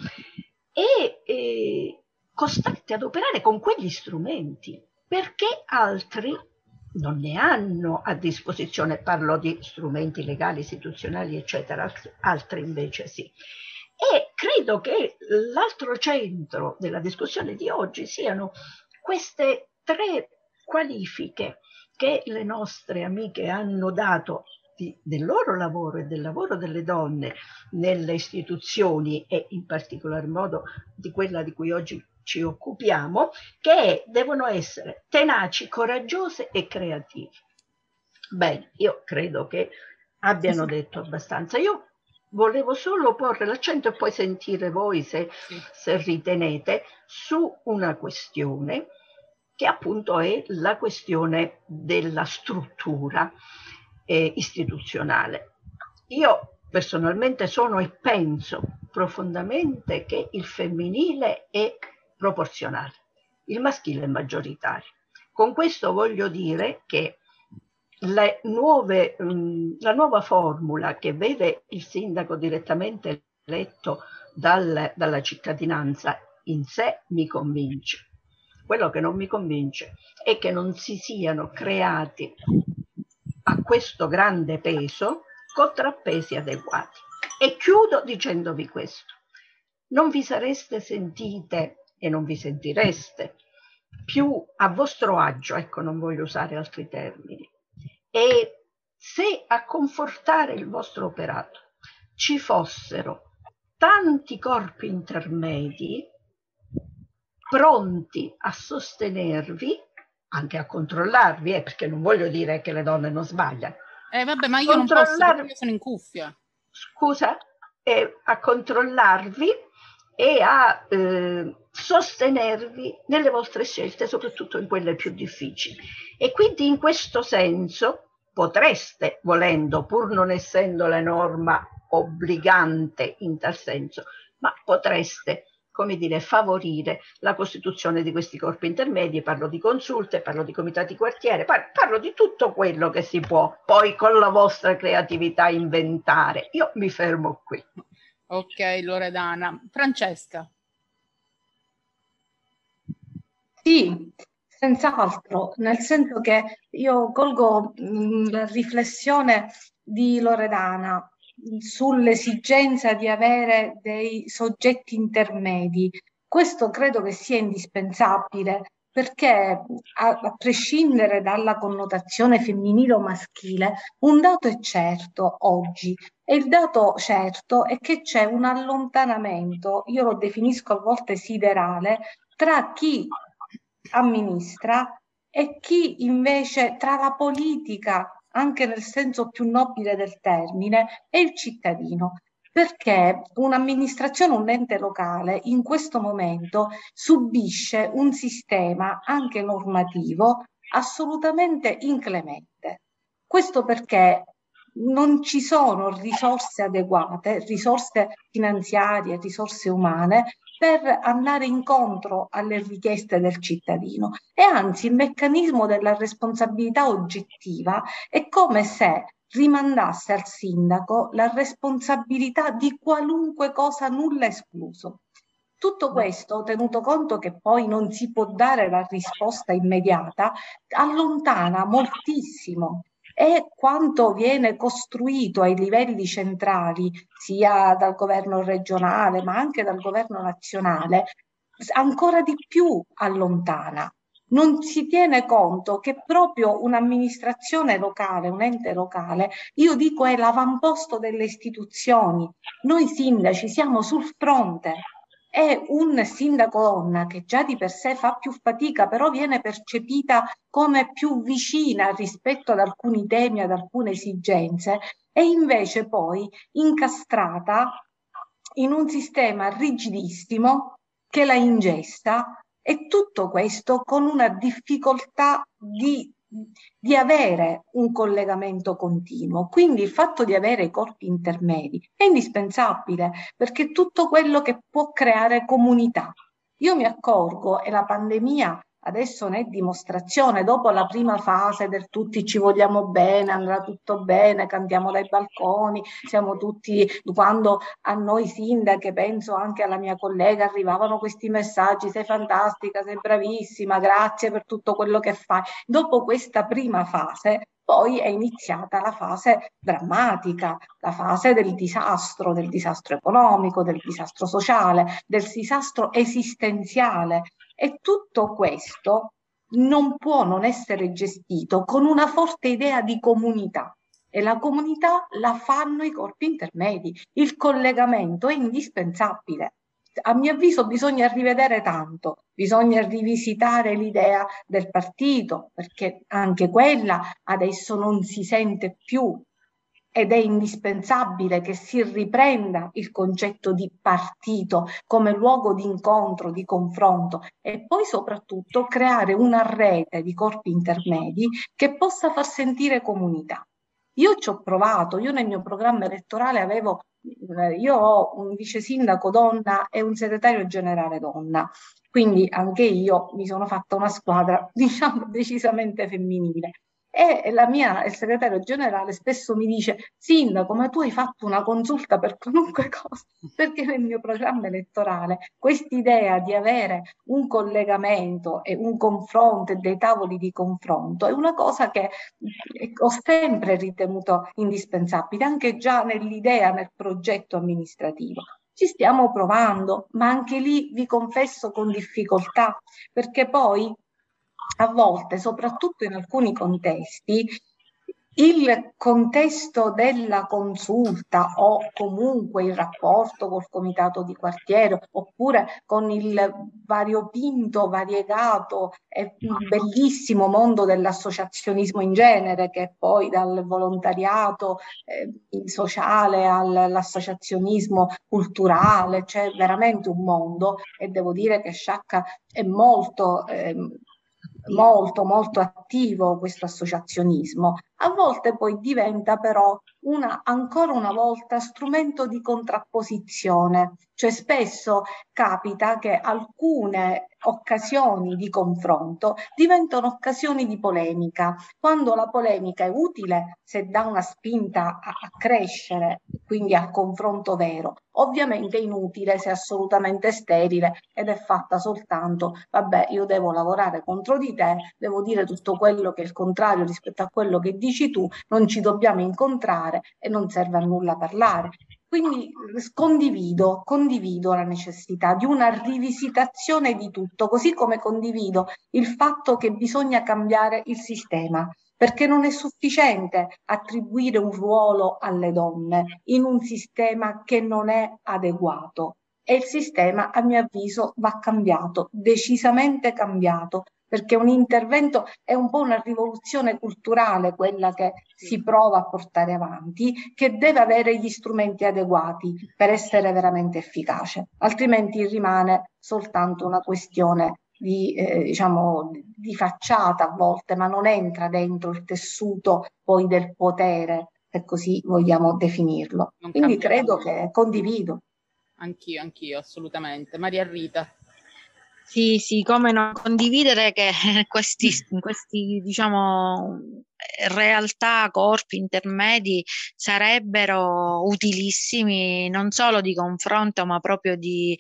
e eh, costretti ad operare con quegli strumenti, perché altri non ne hanno a disposizione, parlo di strumenti legali, istituzionali, eccetera, altri invece sì. E credo che l'altro centro della discussione di oggi siano queste tre qualifiche che le nostre amiche hanno dato di, del loro lavoro e del lavoro delle donne nelle istituzioni e in particolar modo di quella di cui oggi ci occupiamo, che devono essere tenaci, coraggiose e creative. Bene, io credo che abbiano detto abbastanza. Io volevo solo porre l'accento e poi sentire voi se, se ritenete su una questione che appunto è la questione della struttura eh, istituzionale. Io personalmente sono e penso profondamente che il femminile è proporzionale, il maschile è maggioritario. Con questo voglio dire che le nuove, mh, la nuova formula che vede il sindaco direttamente eletto dal, dalla cittadinanza in sé mi convince. Quello che non mi convince è che non si siano creati a questo grande peso contrappesi adeguati. E chiudo dicendovi questo. Non vi sareste sentite e non vi sentireste più a vostro agio, ecco, non voglio usare altri termini, e se a confortare il vostro operato ci fossero tanti corpi intermedi pronti a sostenervi, anche a controllarvi, eh, perché non voglio dire che le donne non sbagliano. Eh vabbè, ma io non posso perché io sono in cuffia. Scusa, eh, a controllarvi e a eh, sostenervi nelle vostre scelte, soprattutto in quelle più difficili. E quindi in questo senso potreste, volendo, pur non essendo la norma obbligante in tal senso, ma potreste, come dire, favorire la costituzione di questi corpi intermedi. Parlo di consulte, parlo di comitati quartiere, par- parlo di tutto quello che si può poi con la vostra creatività inventare. Io mi fermo qui. Ok, Loredana. Francesca. Sì, senz'altro, nel senso che io colgo mh, la riflessione di Loredana sull'esigenza di avere dei soggetti intermedi. Questo credo che sia indispensabile perché, a, a prescindere dalla connotazione femminile o maschile, un dato è certo oggi, e il dato certo è che c'è un allontanamento, io lo definisco a volte siderale, tra chi amministra e chi invece, tra la politica, anche nel senso più nobile del termine, e il cittadino. Perché un'amministrazione, un ente locale in questo momento subisce un sistema anche normativo assolutamente inclemente. Questo perché non ci sono risorse adeguate, risorse finanziarie, risorse umane, per andare incontro alle richieste del cittadino. E anzi, il meccanismo della responsabilità oggettiva è come se rimandasse al sindaco la responsabilità di qualunque cosa, nulla escluso. Tutto questo, tenuto conto che poi non si può dare la risposta immediata, allontana moltissimo. E quanto viene costruito ai livelli centrali, sia dal governo regionale ma anche dal governo nazionale, ancora di più allontana. Non si tiene conto che proprio un'amministrazione locale, un ente locale, io dico è l'avamposto delle istituzioni. Noi sindaci siamo sul fronte. È un sindaco donna che già di per sé fa più fatica, però viene percepita come più vicina rispetto ad alcuni temi, ad alcune esigenze, e invece poi incastrata in un sistema rigidissimo che la ingesta, e tutto questo con una difficoltà di di avere un collegamento continuo. Quindi il fatto di avere i corpi intermedi è indispensabile, perché è tutto quello che può creare comunità. Io mi accorgo, e la pandemia adesso ne è dimostrazione, dopo la prima fase del tutti ci vogliamo bene, andrà tutto bene, cantiamo dai balconi, siamo tutti, quando a noi sindache, penso anche alla mia collega, arrivavano questi messaggi: sei fantastica, sei bravissima, grazie per tutto quello che fai. Dopo questa prima fase, poi è iniziata la fase drammatica, la fase del disastro, del disastro economico, del disastro sociale, del disastro esistenziale. E tutto questo non può non essere gestito con una forte idea di comunità, e la comunità la fanno i corpi intermedi. Il collegamento è indispensabile. A mio avviso bisogna rivedere tanto, bisogna rivisitare l'idea del partito, perché anche quella adesso non si sente più. Ed è indispensabile che si riprenda il concetto di partito come luogo di incontro, di confronto, e poi soprattutto creare una rete di corpi intermedi che possa far sentire comunità. Io ci ho provato, io nel mio programma elettorale avevo, io ho un vice sindaco donna e un segretario generale donna, quindi anche io mi sono fatta una squadra, diciamo, decisamente femminile. E la mia, il segretario generale spesso mi dice: Sindaco, ma tu hai fatto una consulta per qualunque cosa? Perché nel mio programma elettorale quest'idea di avere un collegamento e un confronto e dei tavoli di confronto è una cosa che ho sempre ritenuto indispensabile, anche già nell'idea, nel progetto amministrativo. Ci stiamo provando, ma anche lì vi confesso con difficoltà, perché poi a volte, soprattutto in alcuni contesti, il contesto della consulta o comunque il rapporto col comitato di quartiere oppure con il variopinto, variegato e bellissimo mondo dell'associazionismo in genere, che poi dal volontariato eh, sociale all'associazionismo culturale, c'è veramente un mondo, e devo dire che Sciacca è molto... Eh, molto molto attivo questo associazionismo, a volte poi diventa però una, ancora una volta strumento di contrapposizione, cioè spesso capita che alcune occasioni di confronto diventano occasioni di polemica, quando la polemica è utile se dà una spinta a, a crescere, quindi al confronto vero, ovviamente inutile se è assolutamente sterile ed è fatta soltanto, vabbè, io devo lavorare contro di te, devo dire tutto quello che è il contrario rispetto a quello che dici tu, non ci dobbiamo incontrare e non serve a nulla parlare. Quindi condivido, condivido la necessità di una rivisitazione di tutto, così come condivido il fatto che bisogna cambiare il sistema, perché non è sufficiente attribuire un ruolo alle donne in un sistema che non è adeguato. E il sistema, a mio avviso, va cambiato, decisamente cambiato, perché un intervento è un po' una rivoluzione culturale quella che si prova a portare avanti, che deve avere gli strumenti adeguati per essere veramente efficace, altrimenti rimane soltanto una questione di, eh, diciamo, di facciata a volte, ma non entra dentro il tessuto poi del potere, se così vogliamo definirlo. Non Quindi cambia credo nulla. che condivido. Anch'io, anch'io, assolutamente. Maria Rita. Sì, sì, come non condividere che questi, questi, diciamo, realtà, corpi intermedi sarebbero utilissimi non solo di confronto, ma proprio di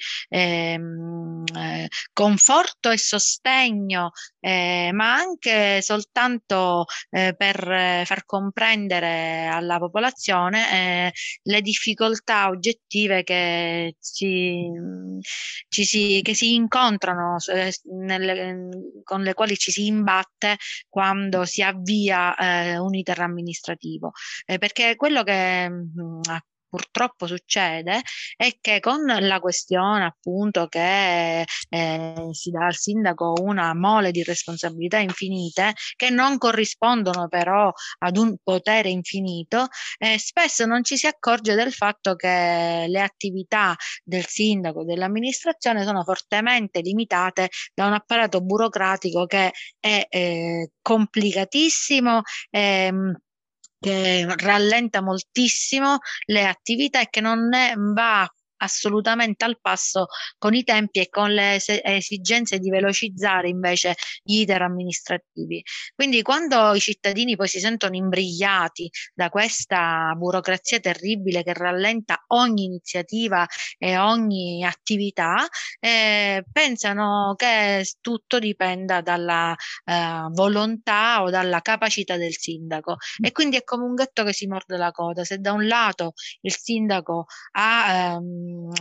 ehm, eh, conforto e sostegno, eh, ma anche soltanto eh, per far comprendere alla popolazione eh, le difficoltà oggettive che ci, ci si, che si incontrano, eh, nelle, con le quali ci si imbatte quando si avvia eh, un iter amministrativo, eh, perché quello che mh, purtroppo succede è che con la questione appunto che eh, si dà al sindaco una mole di responsabilità infinite che non corrispondono però ad un potere infinito, eh, spesso non ci si accorge del fatto che le attività del sindaco, dell'amministrazione sono fortemente limitate da un apparato burocratico che è eh, complicatissimo, ehm, che rallenta moltissimo le attività e che non è, va assolutamente al passo con i tempi e con le esigenze di velocizzare invece gli iter amministrativi. Quindi quando i cittadini poi si sentono imbrigliati da questa burocrazia terribile che rallenta ogni iniziativa e ogni attività, eh, pensano che tutto dipenda dalla eh, volontà o dalla capacità del sindaco, e quindi è come un gatto che si morde la coda. Se da un lato il sindaco ha ehm,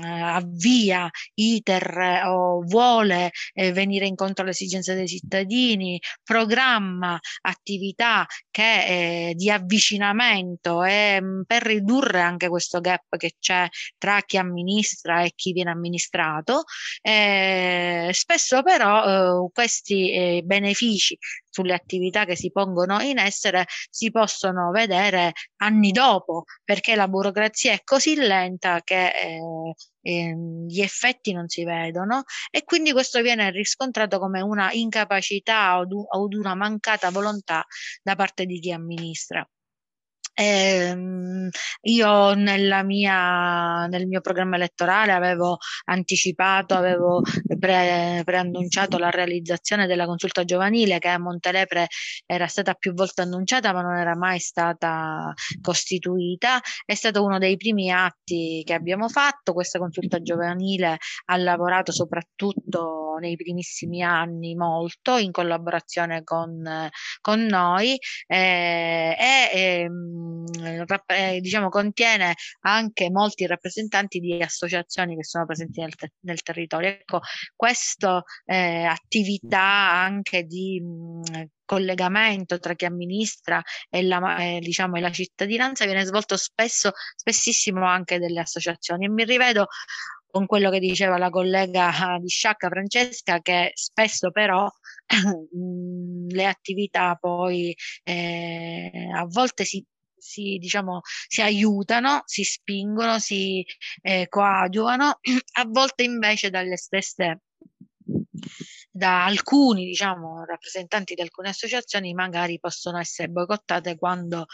avvia iter eh, o vuole eh, venire incontro alle esigenze dei cittadini, programma attività che eh, di avvicinamento e mh, per ridurre anche questo gap che c'è tra chi amministra e chi viene amministrato, eh, spesso però eh, questi eh, benefici sulle attività che si pongono in essere si possono vedere anni dopo, perché la burocrazia è così lenta che eh, eh, gli effetti non si vedono, e quindi questo viene riscontrato come una incapacità o, du- o una mancata volontà da parte di chi amministra. Ehm, io nella mia, nel mio programma elettorale avevo anticipato, avevo pre, preannunciato la realizzazione della consulta giovanile, che a Montelepre era stata più volte annunciata ma non era mai stata costituita. È stato uno dei primi atti che abbiamo fatto. Questa consulta giovanile ha lavorato soprattutto nei primissimi anni molto in collaborazione con, con noi eh, e ehm, eh, diciamo contiene anche molti rappresentanti di associazioni che sono presenti nel, te- nel territorio. Ecco, questa eh, attività anche di mh, collegamento tra chi amministra e la, eh, diciamo, e la cittadinanza viene svolto spesso, spessissimo anche delle associazioni, e mi rivedo con quello che diceva la collega di Sciacca Francesca, che spesso però le attività poi eh, a volte si si, diciamo, si aiutano, si spingono, si eh, coadiuvano, a volte invece dalle stesse, da alcuni, diciamo, rappresentanti di alcune associazioni magari possono essere boicottate quando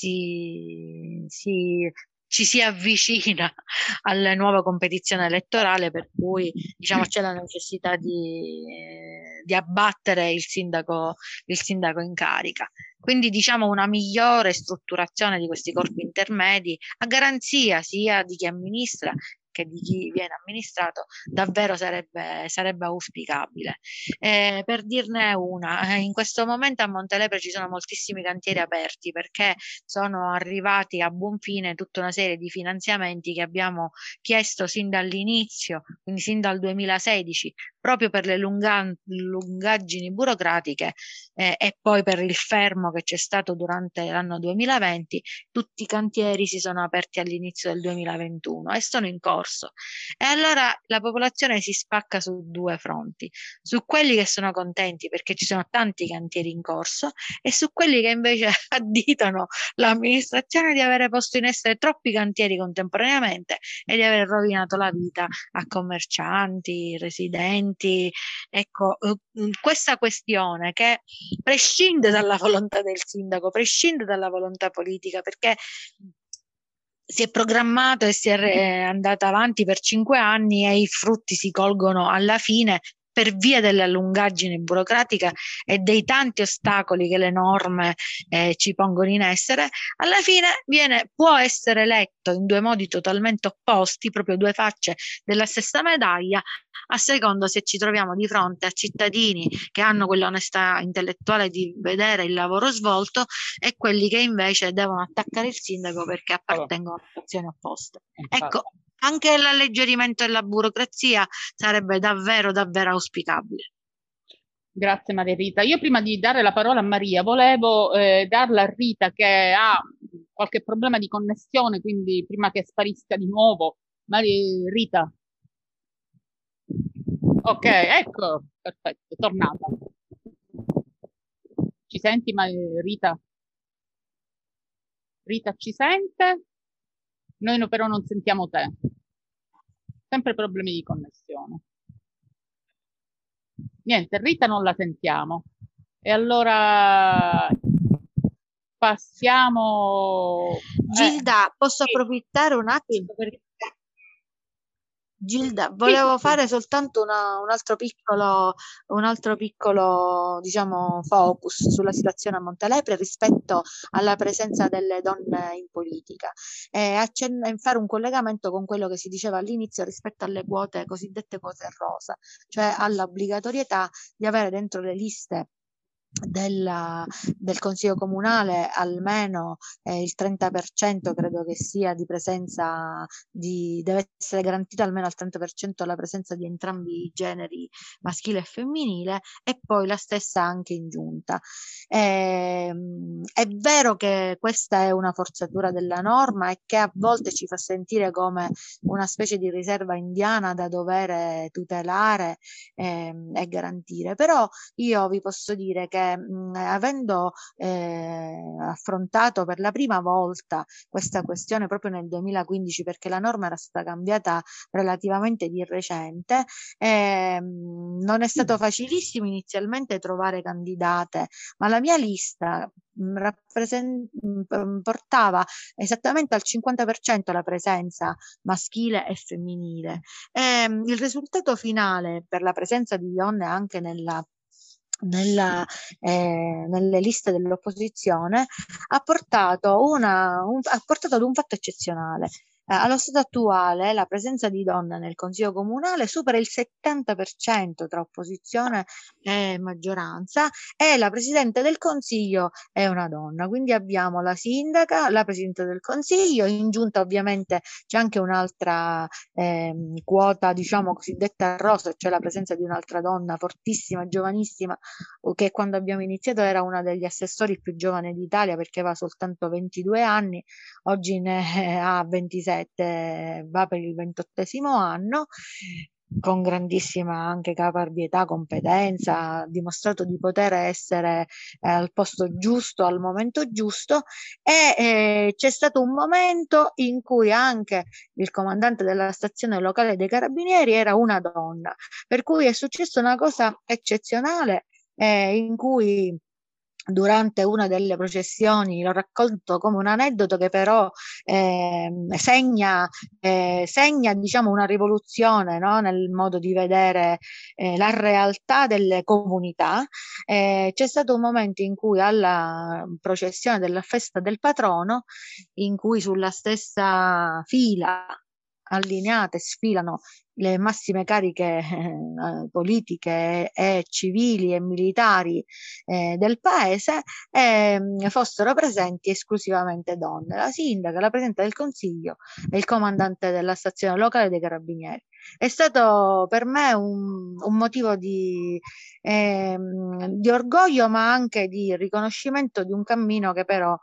si, si ci si avvicina alla nuova competizione elettorale, per cui diciamo c'è la necessità di, eh, di abbattere il sindaco, il sindaco in carica. Quindi diciamo una migliore strutturazione di questi corpi intermedi a garanzia sia di chi amministra che di chi viene amministrato davvero sarebbe, sarebbe auspicabile. Eh, per dirne una, in questo momento a Montelepre ci sono moltissimi cantieri aperti perché sono arrivati a buon fine tutta una serie di finanziamenti che abbiamo chiesto sin dall'inizio, quindi sin dal duemilasedici, proprio per le lunga, lungaggini burocratiche eh, e poi per il fermo che c'è stato durante l'anno duemilaventi. Tutti i cantieri si sono aperti all'inizio del duemilaventuno e sono in corso. E allora la popolazione si spacca su due fronti: su quelli che sono contenti perché ci sono tanti cantieri in corso e su quelli che invece additano l'amministrazione di avere posto in essere troppi cantieri contemporaneamente e di aver rovinato la vita a commercianti, residenti. Ecco, questa questione che prescinde dalla volontà del sindaco, prescinde dalla volontà politica, perché si è programmato e si è andata avanti per cinque anni e i frutti si colgono alla fine per via della lungaggine burocratica e dei tanti ostacoli che le norme eh, ci pongono in essere. Alla fine viene, può essere letto in due modi totalmente opposti, proprio due facce della stessa medaglia, a seconda se ci troviamo di fronte a cittadini che hanno quell'onestà intellettuale di vedere il lavoro svolto e quelli che invece devono attaccare il sindaco perché appartengono a fazioni opposte. Ecco, anche l'alleggerimento della burocrazia sarebbe davvero davvero auspicabile. Grazie Maria Rita. Io prima di dare la parola a Maria volevo eh, darla a Rita che ha qualche problema di connessione, quindi prima che sparisca di nuovo. Maria Rita. Ok, ecco, perfetto, tornata. Ci senti Maria Rita? Rita ci sente? Noi no, però non sentiamo te. Sempre problemi di connessione. Niente, Rita non la sentiamo. E allora passiamo... Gilda, eh, posso sì. approfittare un attimo perché... Gilda, volevo sì, fare soltanto una, un altro piccolo, un altro piccolo, diciamo, focus sulla situazione a Montelepre rispetto alla presenza delle donne in politica e accenn- fare un collegamento con quello che si diceva all'inizio rispetto alle quote, cosiddette quote rosa, cioè all'obbligatorietà di avere dentro le liste Della, del Consiglio Comunale almeno eh, il trenta per cento credo che sia di presenza di, deve essere garantita almeno al trenta per cento la presenza di entrambi i generi maschile e femminile, e poi la stessa anche in giunta. Eh, è vero che questa è una forzatura della norma e che a volte ci fa sentire come una specie di riserva indiana da dover tutelare eh, e garantire, però io vi posso dire che che mh, avendo eh, affrontato per la prima volta questa questione proprio nel duemilaquindici, perché la norma era stata cambiata relativamente di recente, eh, non è stato facilissimo inizialmente trovare candidate, ma la mia lista mh, rappresent- mh, portava esattamente al cinquanta per cento la presenza maschile e femminile. E, mh, il risultato finale per la presenza di donne anche nella Nella, eh, nelle liste dell'opposizione ha portato, una, un, ha portato ad un fatto eccezionale. Eh, allo stato attuale la presenza di donne nel Consiglio Comunale supera il settanta per cento tra opposizione e maggioranza, e la Presidente del Consiglio è una donna. Quindi abbiamo la sindaca, la Presidente del Consiglio, in giunta ovviamente c'è anche un'altra eh, quota, diciamo cosiddetta rosa, cioè la presenza di un'altra donna fortissima, giovanissima, che quando abbiamo iniziato era una degli assessori più giovani d'Italia, perché aveva soltanto ventidue anni, oggi ne ha ventisette, va per il ventottesimo anno, con grandissima anche caparbietà, competenza, ha dimostrato di poter essere eh, al posto giusto, al momento giusto, e eh, c'è stato un momento in cui anche il comandante della stazione locale dei Carabinieri era una donna, per cui è successa una cosa eccezionale eh, in cui durante una delle processioni, lo racconto come un aneddoto che però eh, segna, eh, segna diciamo una rivoluzione, no? Nel modo di vedere eh, la realtà delle comunità. Eh, c'è stato un momento in cui alla processione della festa del patrono, in cui sulla stessa fila allineate sfilano le massime cariche eh, politiche e civili e militari eh, del paese, eh, fossero presenti esclusivamente donne, la sindaca, la Presidente del Consiglio e il comandante della stazione locale dei Carabinieri. È stato per me un, un motivo di, eh, di orgoglio, ma anche di riconoscimento di un cammino che però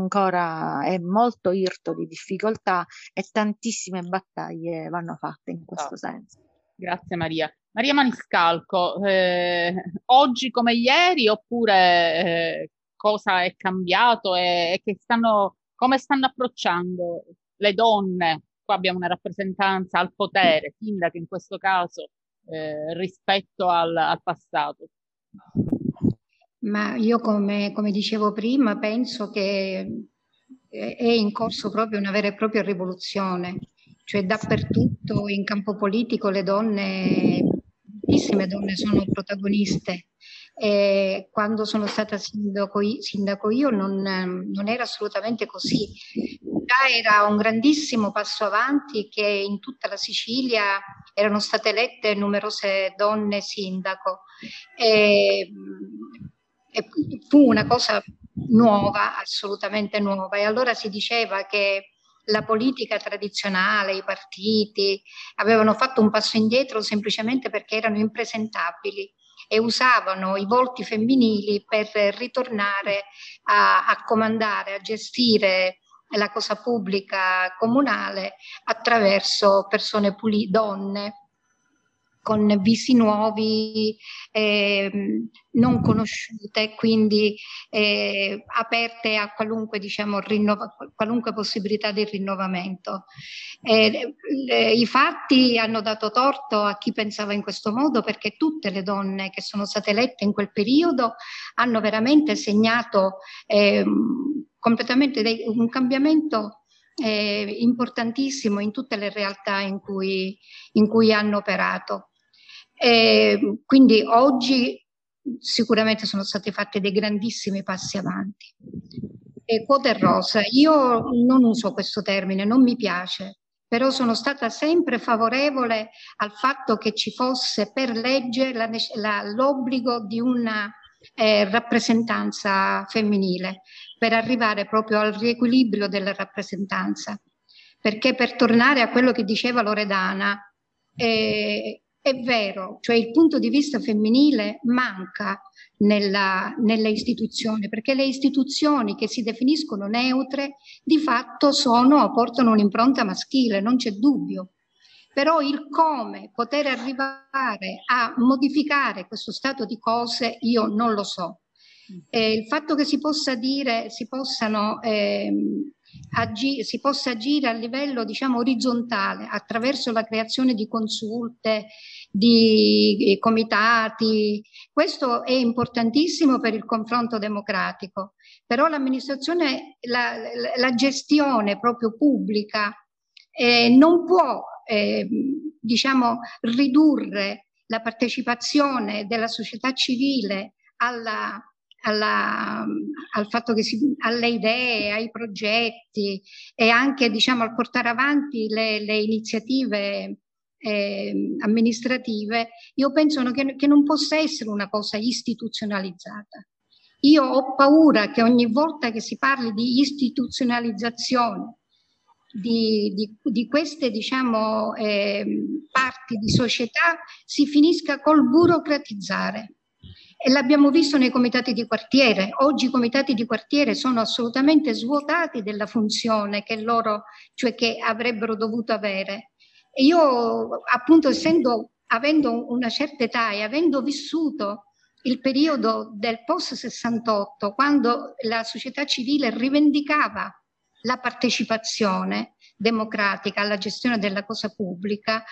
ancora è molto irto di difficoltà, e tantissime battaglie vanno fatte in questo senso. Grazie Maria. Maria Maniscalco, eh, oggi come ieri, oppure eh, cosa è cambiato e, e che stanno, come stanno approcciando le donne? Qua abbiamo una rappresentanza al potere, sindaca in questo caso, eh, rispetto al, al passato. Ma io, come, come dicevo prima, penso che è in corso proprio una vera e propria rivoluzione, cioè dappertutto in campo politico le donne, tantissime donne sono protagoniste. E quando sono stata sindaco, sindaco io non, non era assolutamente così. Già era un grandissimo passo avanti che in tutta la Sicilia erano state elette numerose donne sindaco. E, e fu una cosa nuova, assolutamente nuova, e allora si diceva che la politica tradizionale, i partiti avevano fatto un passo indietro semplicemente perché erano impresentabili e usavano i volti femminili per ritornare a, a comandare, a gestire la cosa pubblica comunale attraverso persone puli- donne con visi nuovi, eh, non conosciute, quindi eh, aperte a qualunque, diciamo, rinnova- qualunque possibilità di rinnovamento. Eh, le, I fatti hanno dato torto a chi pensava in questo modo, perché tutte le donne che sono state elette in quel periodo hanno veramente segnato eh, completamente dei, un cambiamento eh, importantissimo in tutte le realtà in cui, in cui hanno operato. E quindi oggi sicuramente sono stati fatti dei grandissimi passi avanti. E quote rosa, io non uso questo termine, non mi piace, però sono stata sempre favorevole al fatto che ci fosse per legge la, la, l'obbligo di una eh, rappresentanza femminile, per arrivare proprio al riequilibrio della rappresentanza. Perché, per tornare a quello che diceva Loredana, eh, è vero, cioè il punto di vista femminile manca nella, nelle istituzioni, perché le istituzioni che si definiscono neutre di fatto sono, portano un'impronta maschile, non c'è dubbio. Però il come poter arrivare a modificare questo stato di cose io non lo so. Eh, il fatto che si possa dire, si possano eh, agi- si possa agire a livello, diciamo, orizzontale attraverso la creazione di consulte, di comitati, questo è importantissimo per il confronto democratico, però l'amministrazione, la, la, la gestione proprio pubblica eh, non può eh, diciamo ridurre la partecipazione della società civile alla, alla, al fatto che si, alle idee, ai progetti e anche, diciamo, al portare avanti le, le iniziative eh, amministrative. Io penso che, che non possa essere una cosa istituzionalizzata. Io ho paura che ogni volta che si parli di istituzionalizzazione di, di, di queste, diciamo, eh, parti di società si finisca col burocratizzare. E l'abbiamo visto nei comitati di quartiere. Oggi i comitati di quartiere sono assolutamente svuotati della funzione che loro, cioè che avrebbero dovuto avere. E io, appunto, essendo, avendo una certa età e avendo vissuto il periodo del post sessantotto, quando la società civile rivendicava la partecipazione democratica alla gestione della cosa pubblica,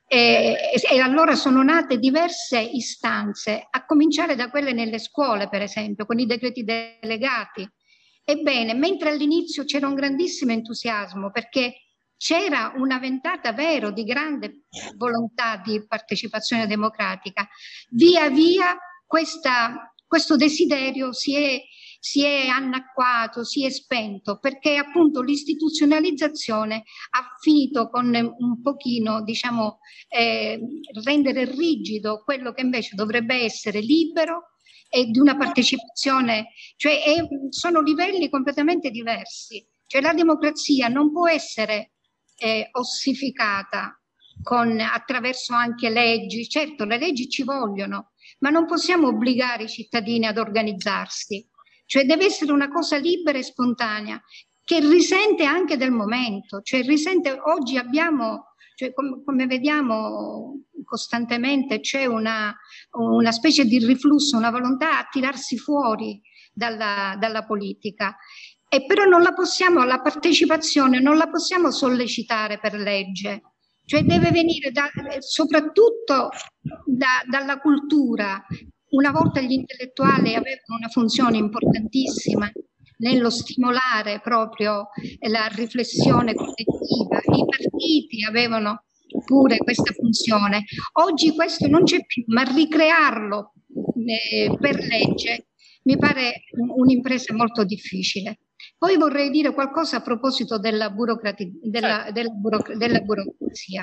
e, e allora sono nate diverse istanze, a cominciare da quelle nelle scuole, per esempio, con i decreti delegati. Ebbene, mentre all'inizio c'era un grandissimo entusiasmo, perché c'era una ventata vero di grande volontà di partecipazione democratica, via via questa, questo desiderio si è, si è annacquato, si è spento, perché appunto l'istituzionalizzazione ha finito con un pochino, diciamo, eh, rendere rigido quello che invece dovrebbe essere libero e di una partecipazione, cioè è, sono livelli completamente diversi. Cioè la democrazia non può essere eh, ossificata con, attraverso anche leggi. Certo, le leggi ci vogliono, ma non possiamo obbligare i cittadini ad organizzarsi. Cioè deve essere una cosa libera e spontanea, che risente anche del momento. Cioè risente, oggi abbiamo, cioè, com- come vediamo costantemente, c'è una, una specie di riflusso, una volontà a tirarsi fuori dalla, dalla politica. E però non la possiamo, la partecipazione non la possiamo sollecitare per legge. Cioè deve venire da, soprattutto da, dalla cultura. Una volta gli intellettuali avevano una funzione importantissima nello stimolare proprio la riflessione collettiva, i partiti avevano pure questa funzione. Oggi questo non c'è più, ma ricrearlo eh, per legge mi pare un'impresa molto difficile. Poi vorrei dire qualcosa a proposito della, burocrati- della, della, buroc- della burocrazia.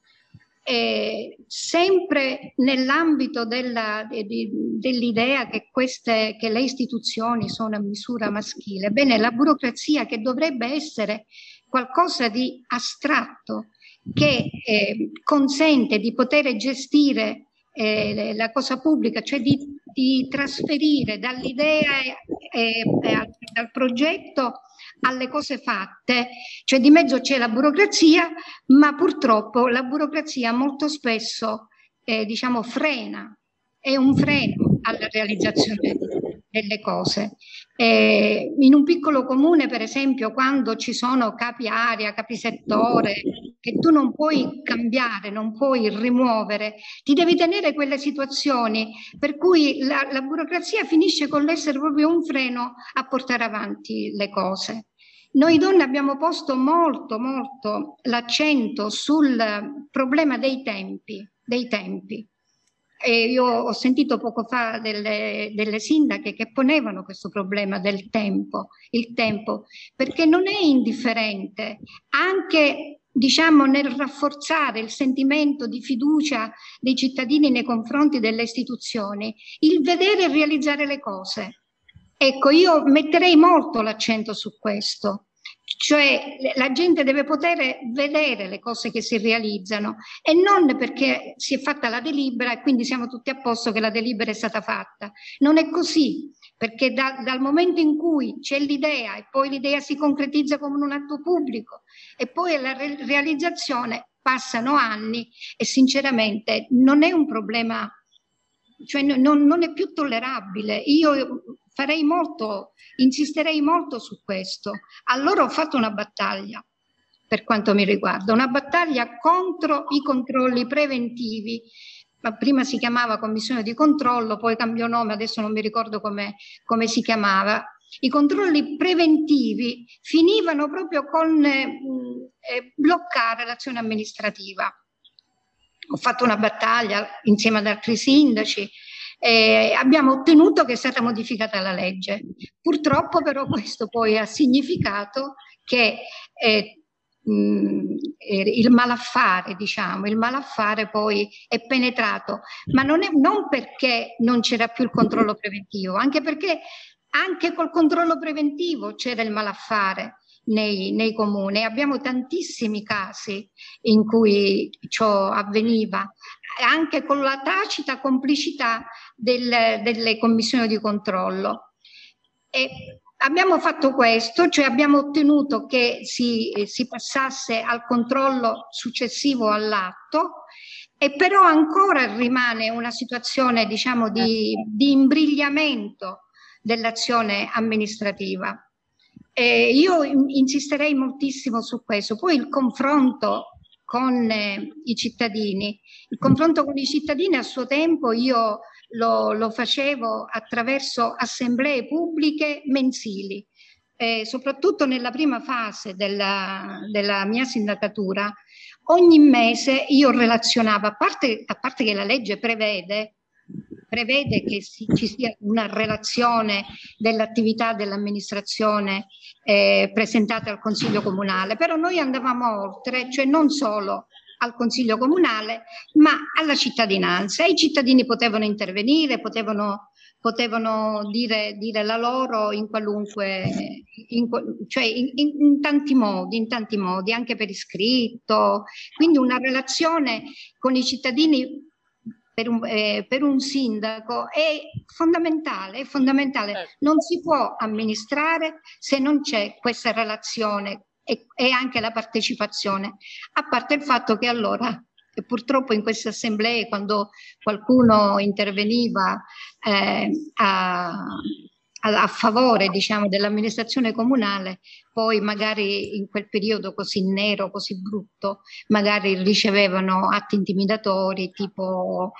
Eh, sempre nell'ambito della, de, dell'idea che, queste, che le istituzioni sono a misura maschile, bene, la burocrazia, che dovrebbe essere qualcosa di astratto, che eh, consente di poter gestire eh, la cosa pubblica, cioè di, di trasferire dall'idea e, e, e dal progetto alle cose fatte, cioè di mezzo c'è la burocrazia, ma purtroppo la burocrazia molto spesso eh, diciamo frena, è un freno alla realizzazione delle cose. Eh, in un piccolo comune, per esempio, quando ci sono capi area, capi settore, che tu non puoi cambiare, non puoi rimuovere, ti devi tenere quelle situazioni per cui la, la burocrazia finisce con l'essere proprio un freno a portare avanti le cose. Noi donne abbiamo posto molto, molto l'accento sul problema dei tempi, dei tempi. E io ho sentito poco fa delle, delle sindache che ponevano questo problema del tempo, il tempo, perché non è indifferente, anche diciamo nel rafforzare il sentimento di fiducia dei cittadini nei confronti delle istituzioni, il vedere e realizzare le cose. Ecco, io metterei molto l'accento su questo, cioè la gente deve poter vedere le cose che si realizzano e non perché si è fatta la delibera e quindi siamo tutti a posto che la delibera è stata fatta. Non è così, perché da, dal momento in cui c'è l'idea e poi l'idea si concretizza come un atto pubblico e poi alla re- realizzazione passano anni e sinceramente non è un problema. Cioè non, non è più tollerabile. Io farei molto, insisterei molto su questo. Allora ho fatto una battaglia, per quanto mi riguarda, una battaglia contro i controlli preventivi. Ma prima si chiamava commissione di controllo, poi cambiò nome, adesso non mi ricordo come, come si chiamava. I controlli preventivi finivano proprio con eh, eh, bloccare l'azione amministrativa. Ho fatto una battaglia insieme ad altri sindaci e abbiamo ottenuto che è stata modificata la legge. Purtroppo però questo poi ha significato che eh, mh, il malaffare, diciamo, il malaffare poi è penetrato, ma non, è, non perché non c'era più il controllo preventivo, anche perché anche col controllo preventivo c'era il malaffare nei, nei comuni. Abbiamo tantissimi casi in cui ciò avveniva, anche con la tacita complicità del, delle commissioni di controllo. E abbiamo fatto questo, cioè abbiamo ottenuto che si, si passasse al controllo successivo all'atto, e però ancora rimane una situazione, diciamo, di, di imbrigliamento dell'azione amministrativa. Eh, io insisterei moltissimo su questo. Poi il confronto con eh, i cittadini, il confronto con i cittadini a suo tempo io lo, lo facevo attraverso assemblee pubbliche mensili, eh, soprattutto nella prima fase della, della mia sindacatura. Ogni mese io relazionavo, a parte, a parte che la legge prevede prevede che si, ci sia una relazione dell'attività dell'amministrazione eh, presentata al Consiglio Comunale, però noi andavamo oltre, cioè non solo al Consiglio Comunale, ma alla cittadinanza. I cittadini potevano intervenire, potevano, potevano dire, dire la loro in qualunque, in, cioè in, in, in tanti modi, in tanti modi, anche per iscritto. Quindi una relazione con i cittadini Per un, eh, per un sindaco è fondamentale, è fondamentale. Non si può amministrare se non c'è questa relazione e, e anche la partecipazione, a parte il fatto che allora, e purtroppo in queste assemblee, quando qualcuno interveniva eh, a, a, a favore, diciamo, dell'amministrazione comunale, poi magari in quel periodo così nero, così brutto, magari ricevevano atti intimidatori tipo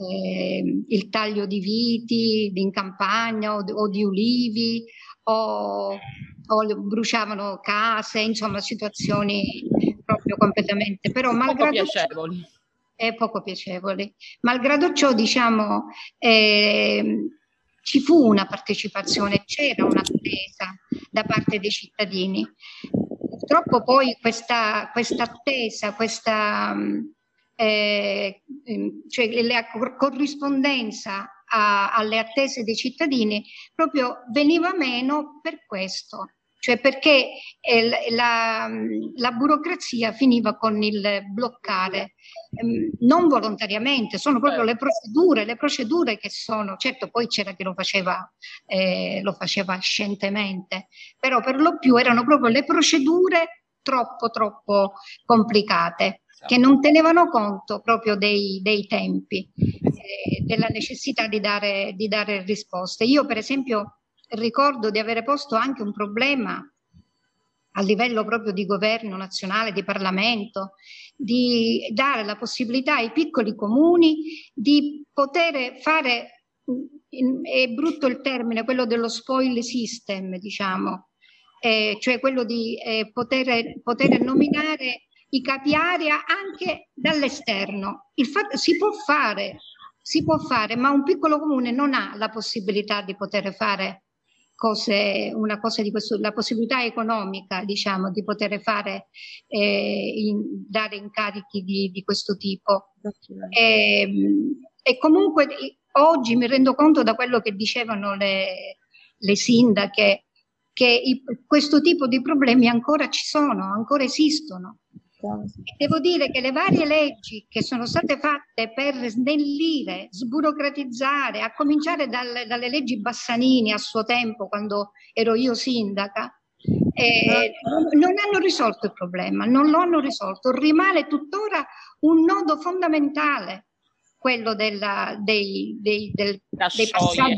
eh, il taglio di viti in campagna o, o di ulivi, o, o bruciavano case, insomma situazioni proprio completamente, però malgrado poco piacevoli. È poco piacevoli. Malgrado ciò, diciamo, eh, ci fu una partecipazione, c'era un'attesa da parte dei cittadini. Purtroppo poi questa, questa attesa, questa eh, cioè la corrispondenza a, alle attese dei cittadini proprio veniva meno per questo. Cioè perché eh, la, la burocrazia finiva con il bloccare, ehm, non volontariamente, sono proprio le procedure, le procedure che sono, certo poi c'era chi lo faceva, eh, lo faceva scientemente, però per lo più erano proprio le procedure troppo troppo complicate, che non tenevano conto proprio dei, dei tempi, eh, della necessità di dare, di dare risposte. Io per esempio ricordo di avere posto anche un problema a livello proprio di governo nazionale, di Parlamento, di dare la possibilità ai piccoli comuni di poter fare, è brutto il termine, quello dello spoil system, diciamo, eh, cioè quello di eh, poter, poter nominare i capi area anche dall'esterno. Il fatto si può fare, si può fare, ma un piccolo comune non ha la possibilità di poter fare cose, una cosa di questo, la possibilità economica, diciamo, di poter fare, eh, in, dare incarichi di, di questo tipo. E, e comunque oggi mi rendo conto da quello che dicevano le, le sindache che i, questo tipo di problemi ancora ci sono, ancora esistono. E devo dire che le varie leggi che sono state fatte per snellire, sburocratizzare, a cominciare dalle, dalle leggi Bassanini a suo tempo, quando ero io sindaca, eh, non hanno risolto il problema, non lo hanno risolto. Rimane tuttora un nodo fondamentale, quello della, dei, dei, del, dei passaggi,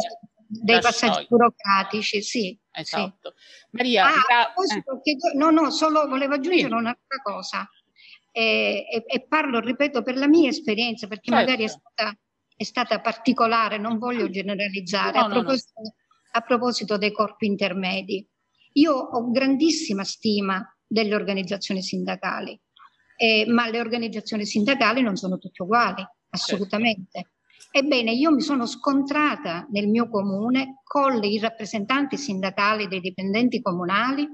dei passaggi burocratici, sì. Esatto. Sì. Maria, ah, gra- a proposito, eh. no, no, solo volevo aggiungere sì. un'altra cosa e, e, e parlo, ripeto, per la mia esperienza, perché certo. magari è stata, è stata particolare, non voglio generalizzare, no, a, proposito, no, no. a proposito dei corpi intermedi. Io ho grandissima stima delle organizzazioni sindacali, eh, ma le organizzazioni sindacali non sono tutte uguali, assolutamente. Certo. Ebbene, io mi sono scontrata nel mio comune con i rappresentanti sindacali dei dipendenti comunali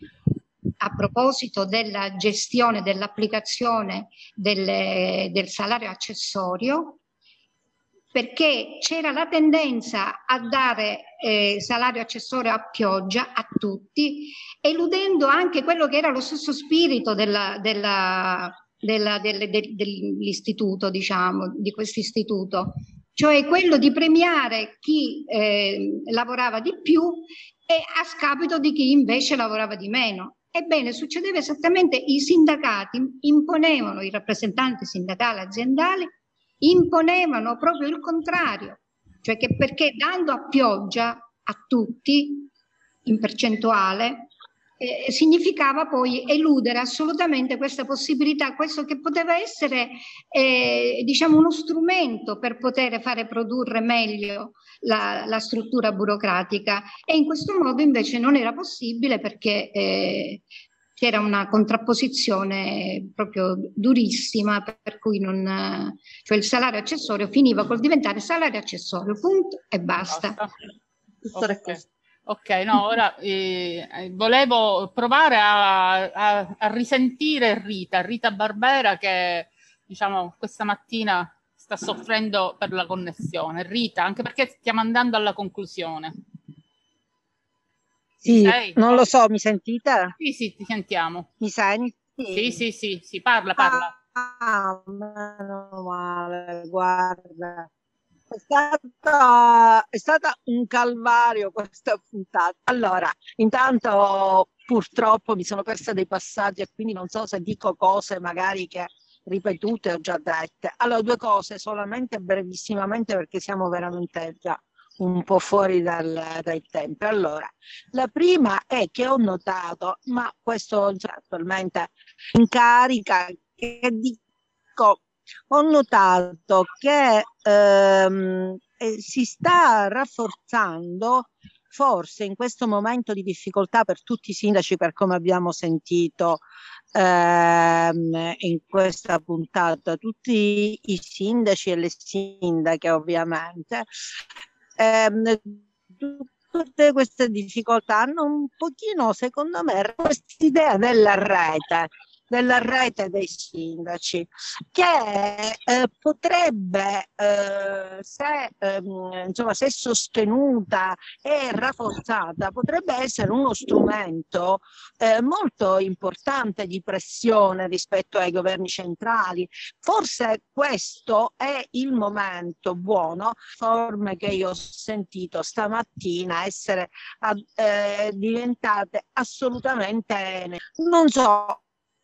a proposito della gestione, dell'applicazione del, del salario accessorio, perché c'era la tendenza a dare eh, salario accessorio a pioggia a tutti, eludendo anche quello che era lo stesso spirito della, della, della, del, del, dell'istituto, diciamo, di questo istituto, cioè quello di premiare chi eh, lavorava di più e a scapito di chi invece lavorava di meno. Ebbene, succedeva esattamente, i sindacati imponevano, i rappresentanti sindacali aziendali, imponevano proprio il contrario, cioè che perché dando a pioggia a tutti in percentuale eh, significava poi eludere assolutamente questa possibilità, questo che poteva essere eh, diciamo uno strumento per poter fare produrre meglio la, la struttura burocratica, e in questo modo invece non era possibile perché eh, c'era una contrapposizione proprio durissima, per cui non, cioè il salario accessorio finiva col diventare salario accessorio, punto e basta. basta. Okay. ok, no, ora eh, volevo provare a, a, a risentire Rita, Rita Barbera, che diciamo questa mattina sta soffrendo per la connessione. Rita, anche perché stiamo andando alla conclusione. Sì, non lo so, mi sentite? Sì, sì, ti sentiamo. Mi senti? Sì, sì, sì, sì, parla, parla. Ah, meno male, guarda. È stata, è stata un calvario questa puntata. Allora, intanto purtroppo mi sono persa dei passaggi e quindi non so se dico cose magari che ripetute o già dette. Allora, due cose solamente brevissimamente perché siamo veramente già un po' fuori dal, dai tempi. Allora, la prima è che ho notato, ma questo cioè, attualmente in carica, che dico, ho notato che ehm, eh, si sta rafforzando, forse in questo momento di difficoltà per tutti i sindaci, per come abbiamo sentito ehm, in questa puntata, tutti i sindaci e le sindache ovviamente, ehm, tutte queste difficoltà hanno un pochino, secondo me, quest'idea della rete, della rete dei sindaci, che eh, potrebbe, eh, se, ehm, insomma, se sostenuta e rafforzata, potrebbe essere uno strumento eh, molto importante di pressione rispetto ai governi centrali. Forse questo è il momento buono, forme che io ho sentito stamattina essere eh, diventate assolutamente, non so,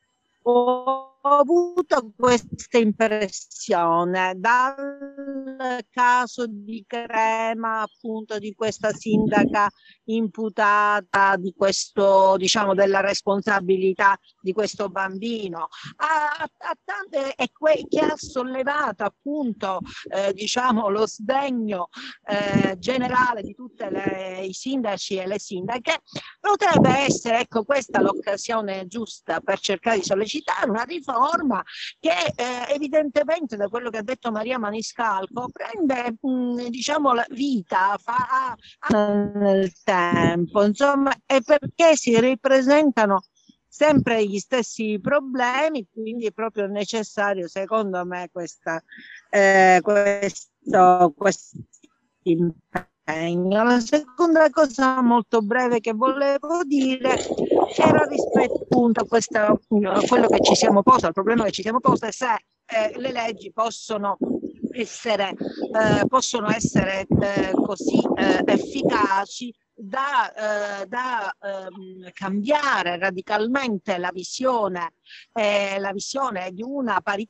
ho avuto questa impressione dal caso di Crema, appunto, di questa sindaca imputata di questo, diciamo, della responsabilità di questo bambino, a, a tante, e que, che ha sollevato appunto eh, diciamo lo sdegno eh, generale di tutti i sindaci e le sindache. Potrebbe essere, ecco, questa l'occasione giusta per cercare di sollecitare una riforma che eh, evidentemente, da quello che ha detto Maria Maniscalco, prende mh, diciamo la vita fa, nel tempo, insomma, e perché si ripresentano sempre gli stessi problemi, quindi è proprio necessario, secondo me, questa eh, questo, questo impegno. La seconda cosa molto breve che volevo dire era rispetto appunto a questa, a quello che ci siamo posto, al problema che ci siamo posto, è se eh, le leggi possono essere, eh, possono essere eh, così eh, efficaci da, eh, da eh, cambiare radicalmente la visione, eh, la visione di una parità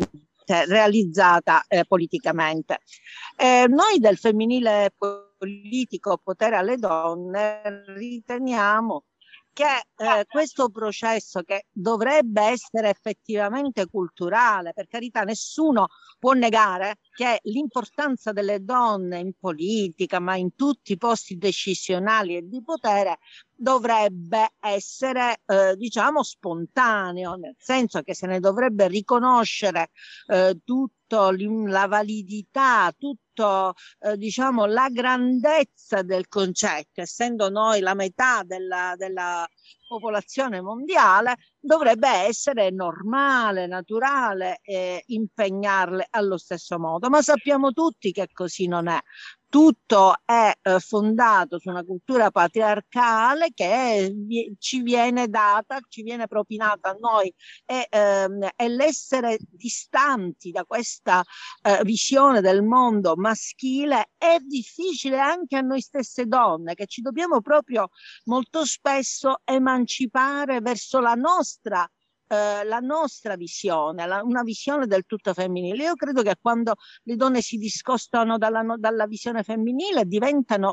veramente realizzata eh, politicamente. Eh, noi del femminile politico Potere alle Donne riteniamo che eh, questo processo, che dovrebbe essere effettivamente culturale, per carità, nessuno può negare che l'importanza delle donne in politica, ma in tutti i posti decisionali e di potere, dovrebbe essere eh, diciamo spontaneo, nel senso che se ne dovrebbe riconoscere eh, tutto la validità, tutto eh, diciamo la grandezza del concetto, essendo noi la metà della, della popolazione mondiale, dovrebbe essere normale, naturale eh, impegnarle allo stesso modo, ma sappiamo tutti che così non è. Tutto è eh, fondato su una cultura patriarcale che è, ci viene data, ci viene propinata a noi, e, ehm, e l'essere distanti da questa eh, visione del mondo maschile è difficile anche a noi stesse donne, che ci dobbiamo proprio molto spesso emancipare verso la nostra Uh, la nostra visione, la, una visione del tutto femminile. Io credo che quando le donne si discostano dalla, dalla visione femminile diventano,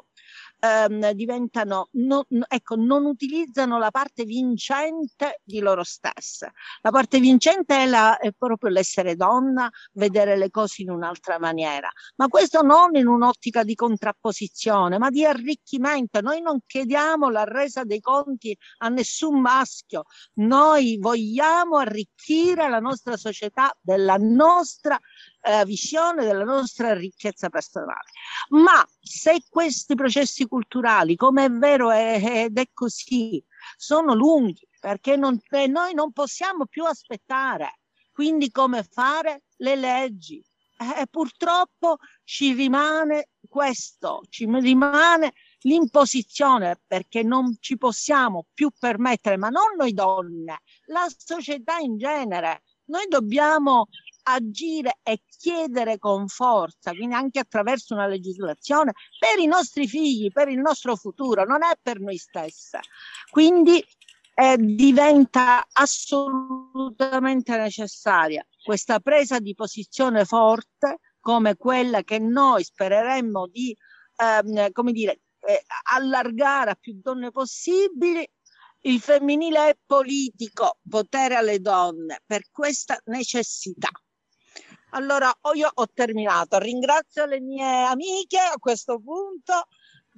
um, diventano no, no, ecco, non utilizzano la parte vincente di loro stesse. La parte vincente è, la, è proprio l'essere donna, vedere le cose in un'altra maniera, ma questo non in un'ottica di contrapposizione, ma di arricchimento. Noi non chiediamo la resa dei conti a nessun maschio, noi vogliamo arricchire la nostra società della nostra eh, visione, della nostra ricchezza personale. Ma se questi processi culturali, come è vero è, ed è così, sono lunghi, perché non, eh, noi non possiamo più aspettare, quindi come fare? Le leggi. Eh, purtroppo ci rimane questo, ci rimane l'imposizione, perché non ci possiamo più permettere, ma non noi donne, la società in genere. Noi dobbiamo agire e chiedere con forza, quindi anche attraverso una legislazione, per i nostri figli, per il nostro futuro, non è per noi stesse. Quindi eh, diventa assolutamente necessaria questa presa di posizione forte, come quella che noi spereremmo di ehm, come dire, eh, allargare a più donne possibili. Il femminile è politico, Potere alle Donne, per questa necessità. Allora, io ho terminato, ringrazio le mie amiche a questo punto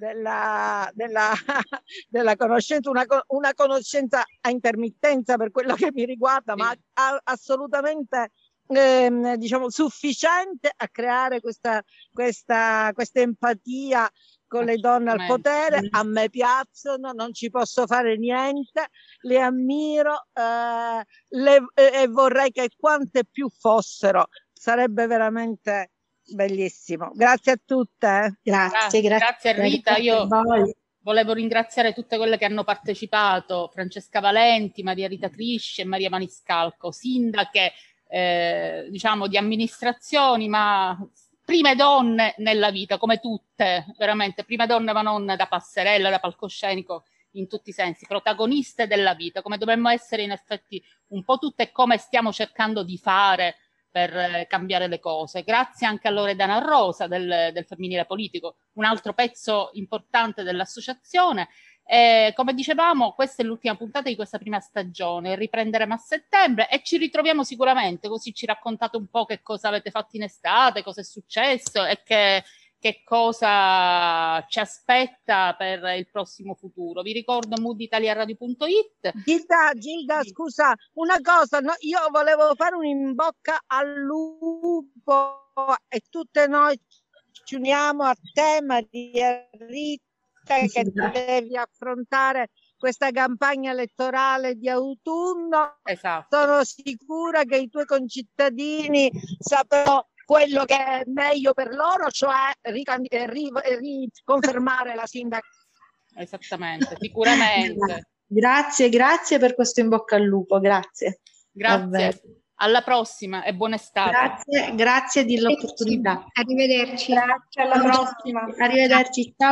della, della, della conoscenza, una, una conoscenza a intermittenza per quello che mi riguarda, ma a, assolutamente eh, diciamo sufficiente a creare questa, questa, questa empatia con le donne al potere. A me piacciono, non ci posso fare niente, le ammiro eh, le, e vorrei che quante più fossero, sarebbe veramente bellissimo. Grazie a tutte. Eh. Grazie, grazie, grazie Rita. Io volevo ringraziare tutte quelle che hanno partecipato: Francesca Valenti, Maria Rita Crisci e Maria Maniscalco, sindache eh, diciamo di amministrazioni, ma prime donne nella vita, come tutte, veramente, prime donne ma non da passerella, da palcoscenico, in tutti i sensi, protagoniste della vita, come dovremmo essere in effetti un po' tutte, e come stiamo cercando di fare per eh, cambiare le cose. Grazie anche a Loredana Rosa del, del Femminile Politico, un altro pezzo importante dell'associazione. Eh, come dicevamo, questa è l'ultima puntata di questa prima stagione, riprenderemo a settembre e ci ritroviamo sicuramente, così ci raccontate un po' che cosa avete fatto in estate, cosa è successo e che, che cosa ci aspetta per il prossimo futuro. Vi ricordo mood italia radio punto it. Gilda, Gilda, scusa, una cosa, no, io volevo fare un in bocca al lupo e tutte noi ci uniamo a te, Maria Rita, che devi affrontare questa campagna elettorale di autunno. Esatto. Sono sicura che i tuoi concittadini sapranno quello che è meglio per loro, cioè riconfermare la sindaca. Esattamente, sicuramente. Grazie, grazie per questo in bocca al lupo, grazie. Grazie. Davvero. Alla prossima e buona estate. Grazie, grazie dell'opportunità. Arrivederci. Grazie, alla prossima. Arrivederci, ciao.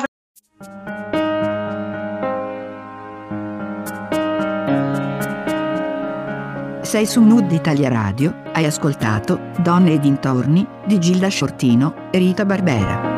Sei su Mood Italia Radio, hai ascoltato Donne e dintorni di Gilda Shortino e Rita Barbera.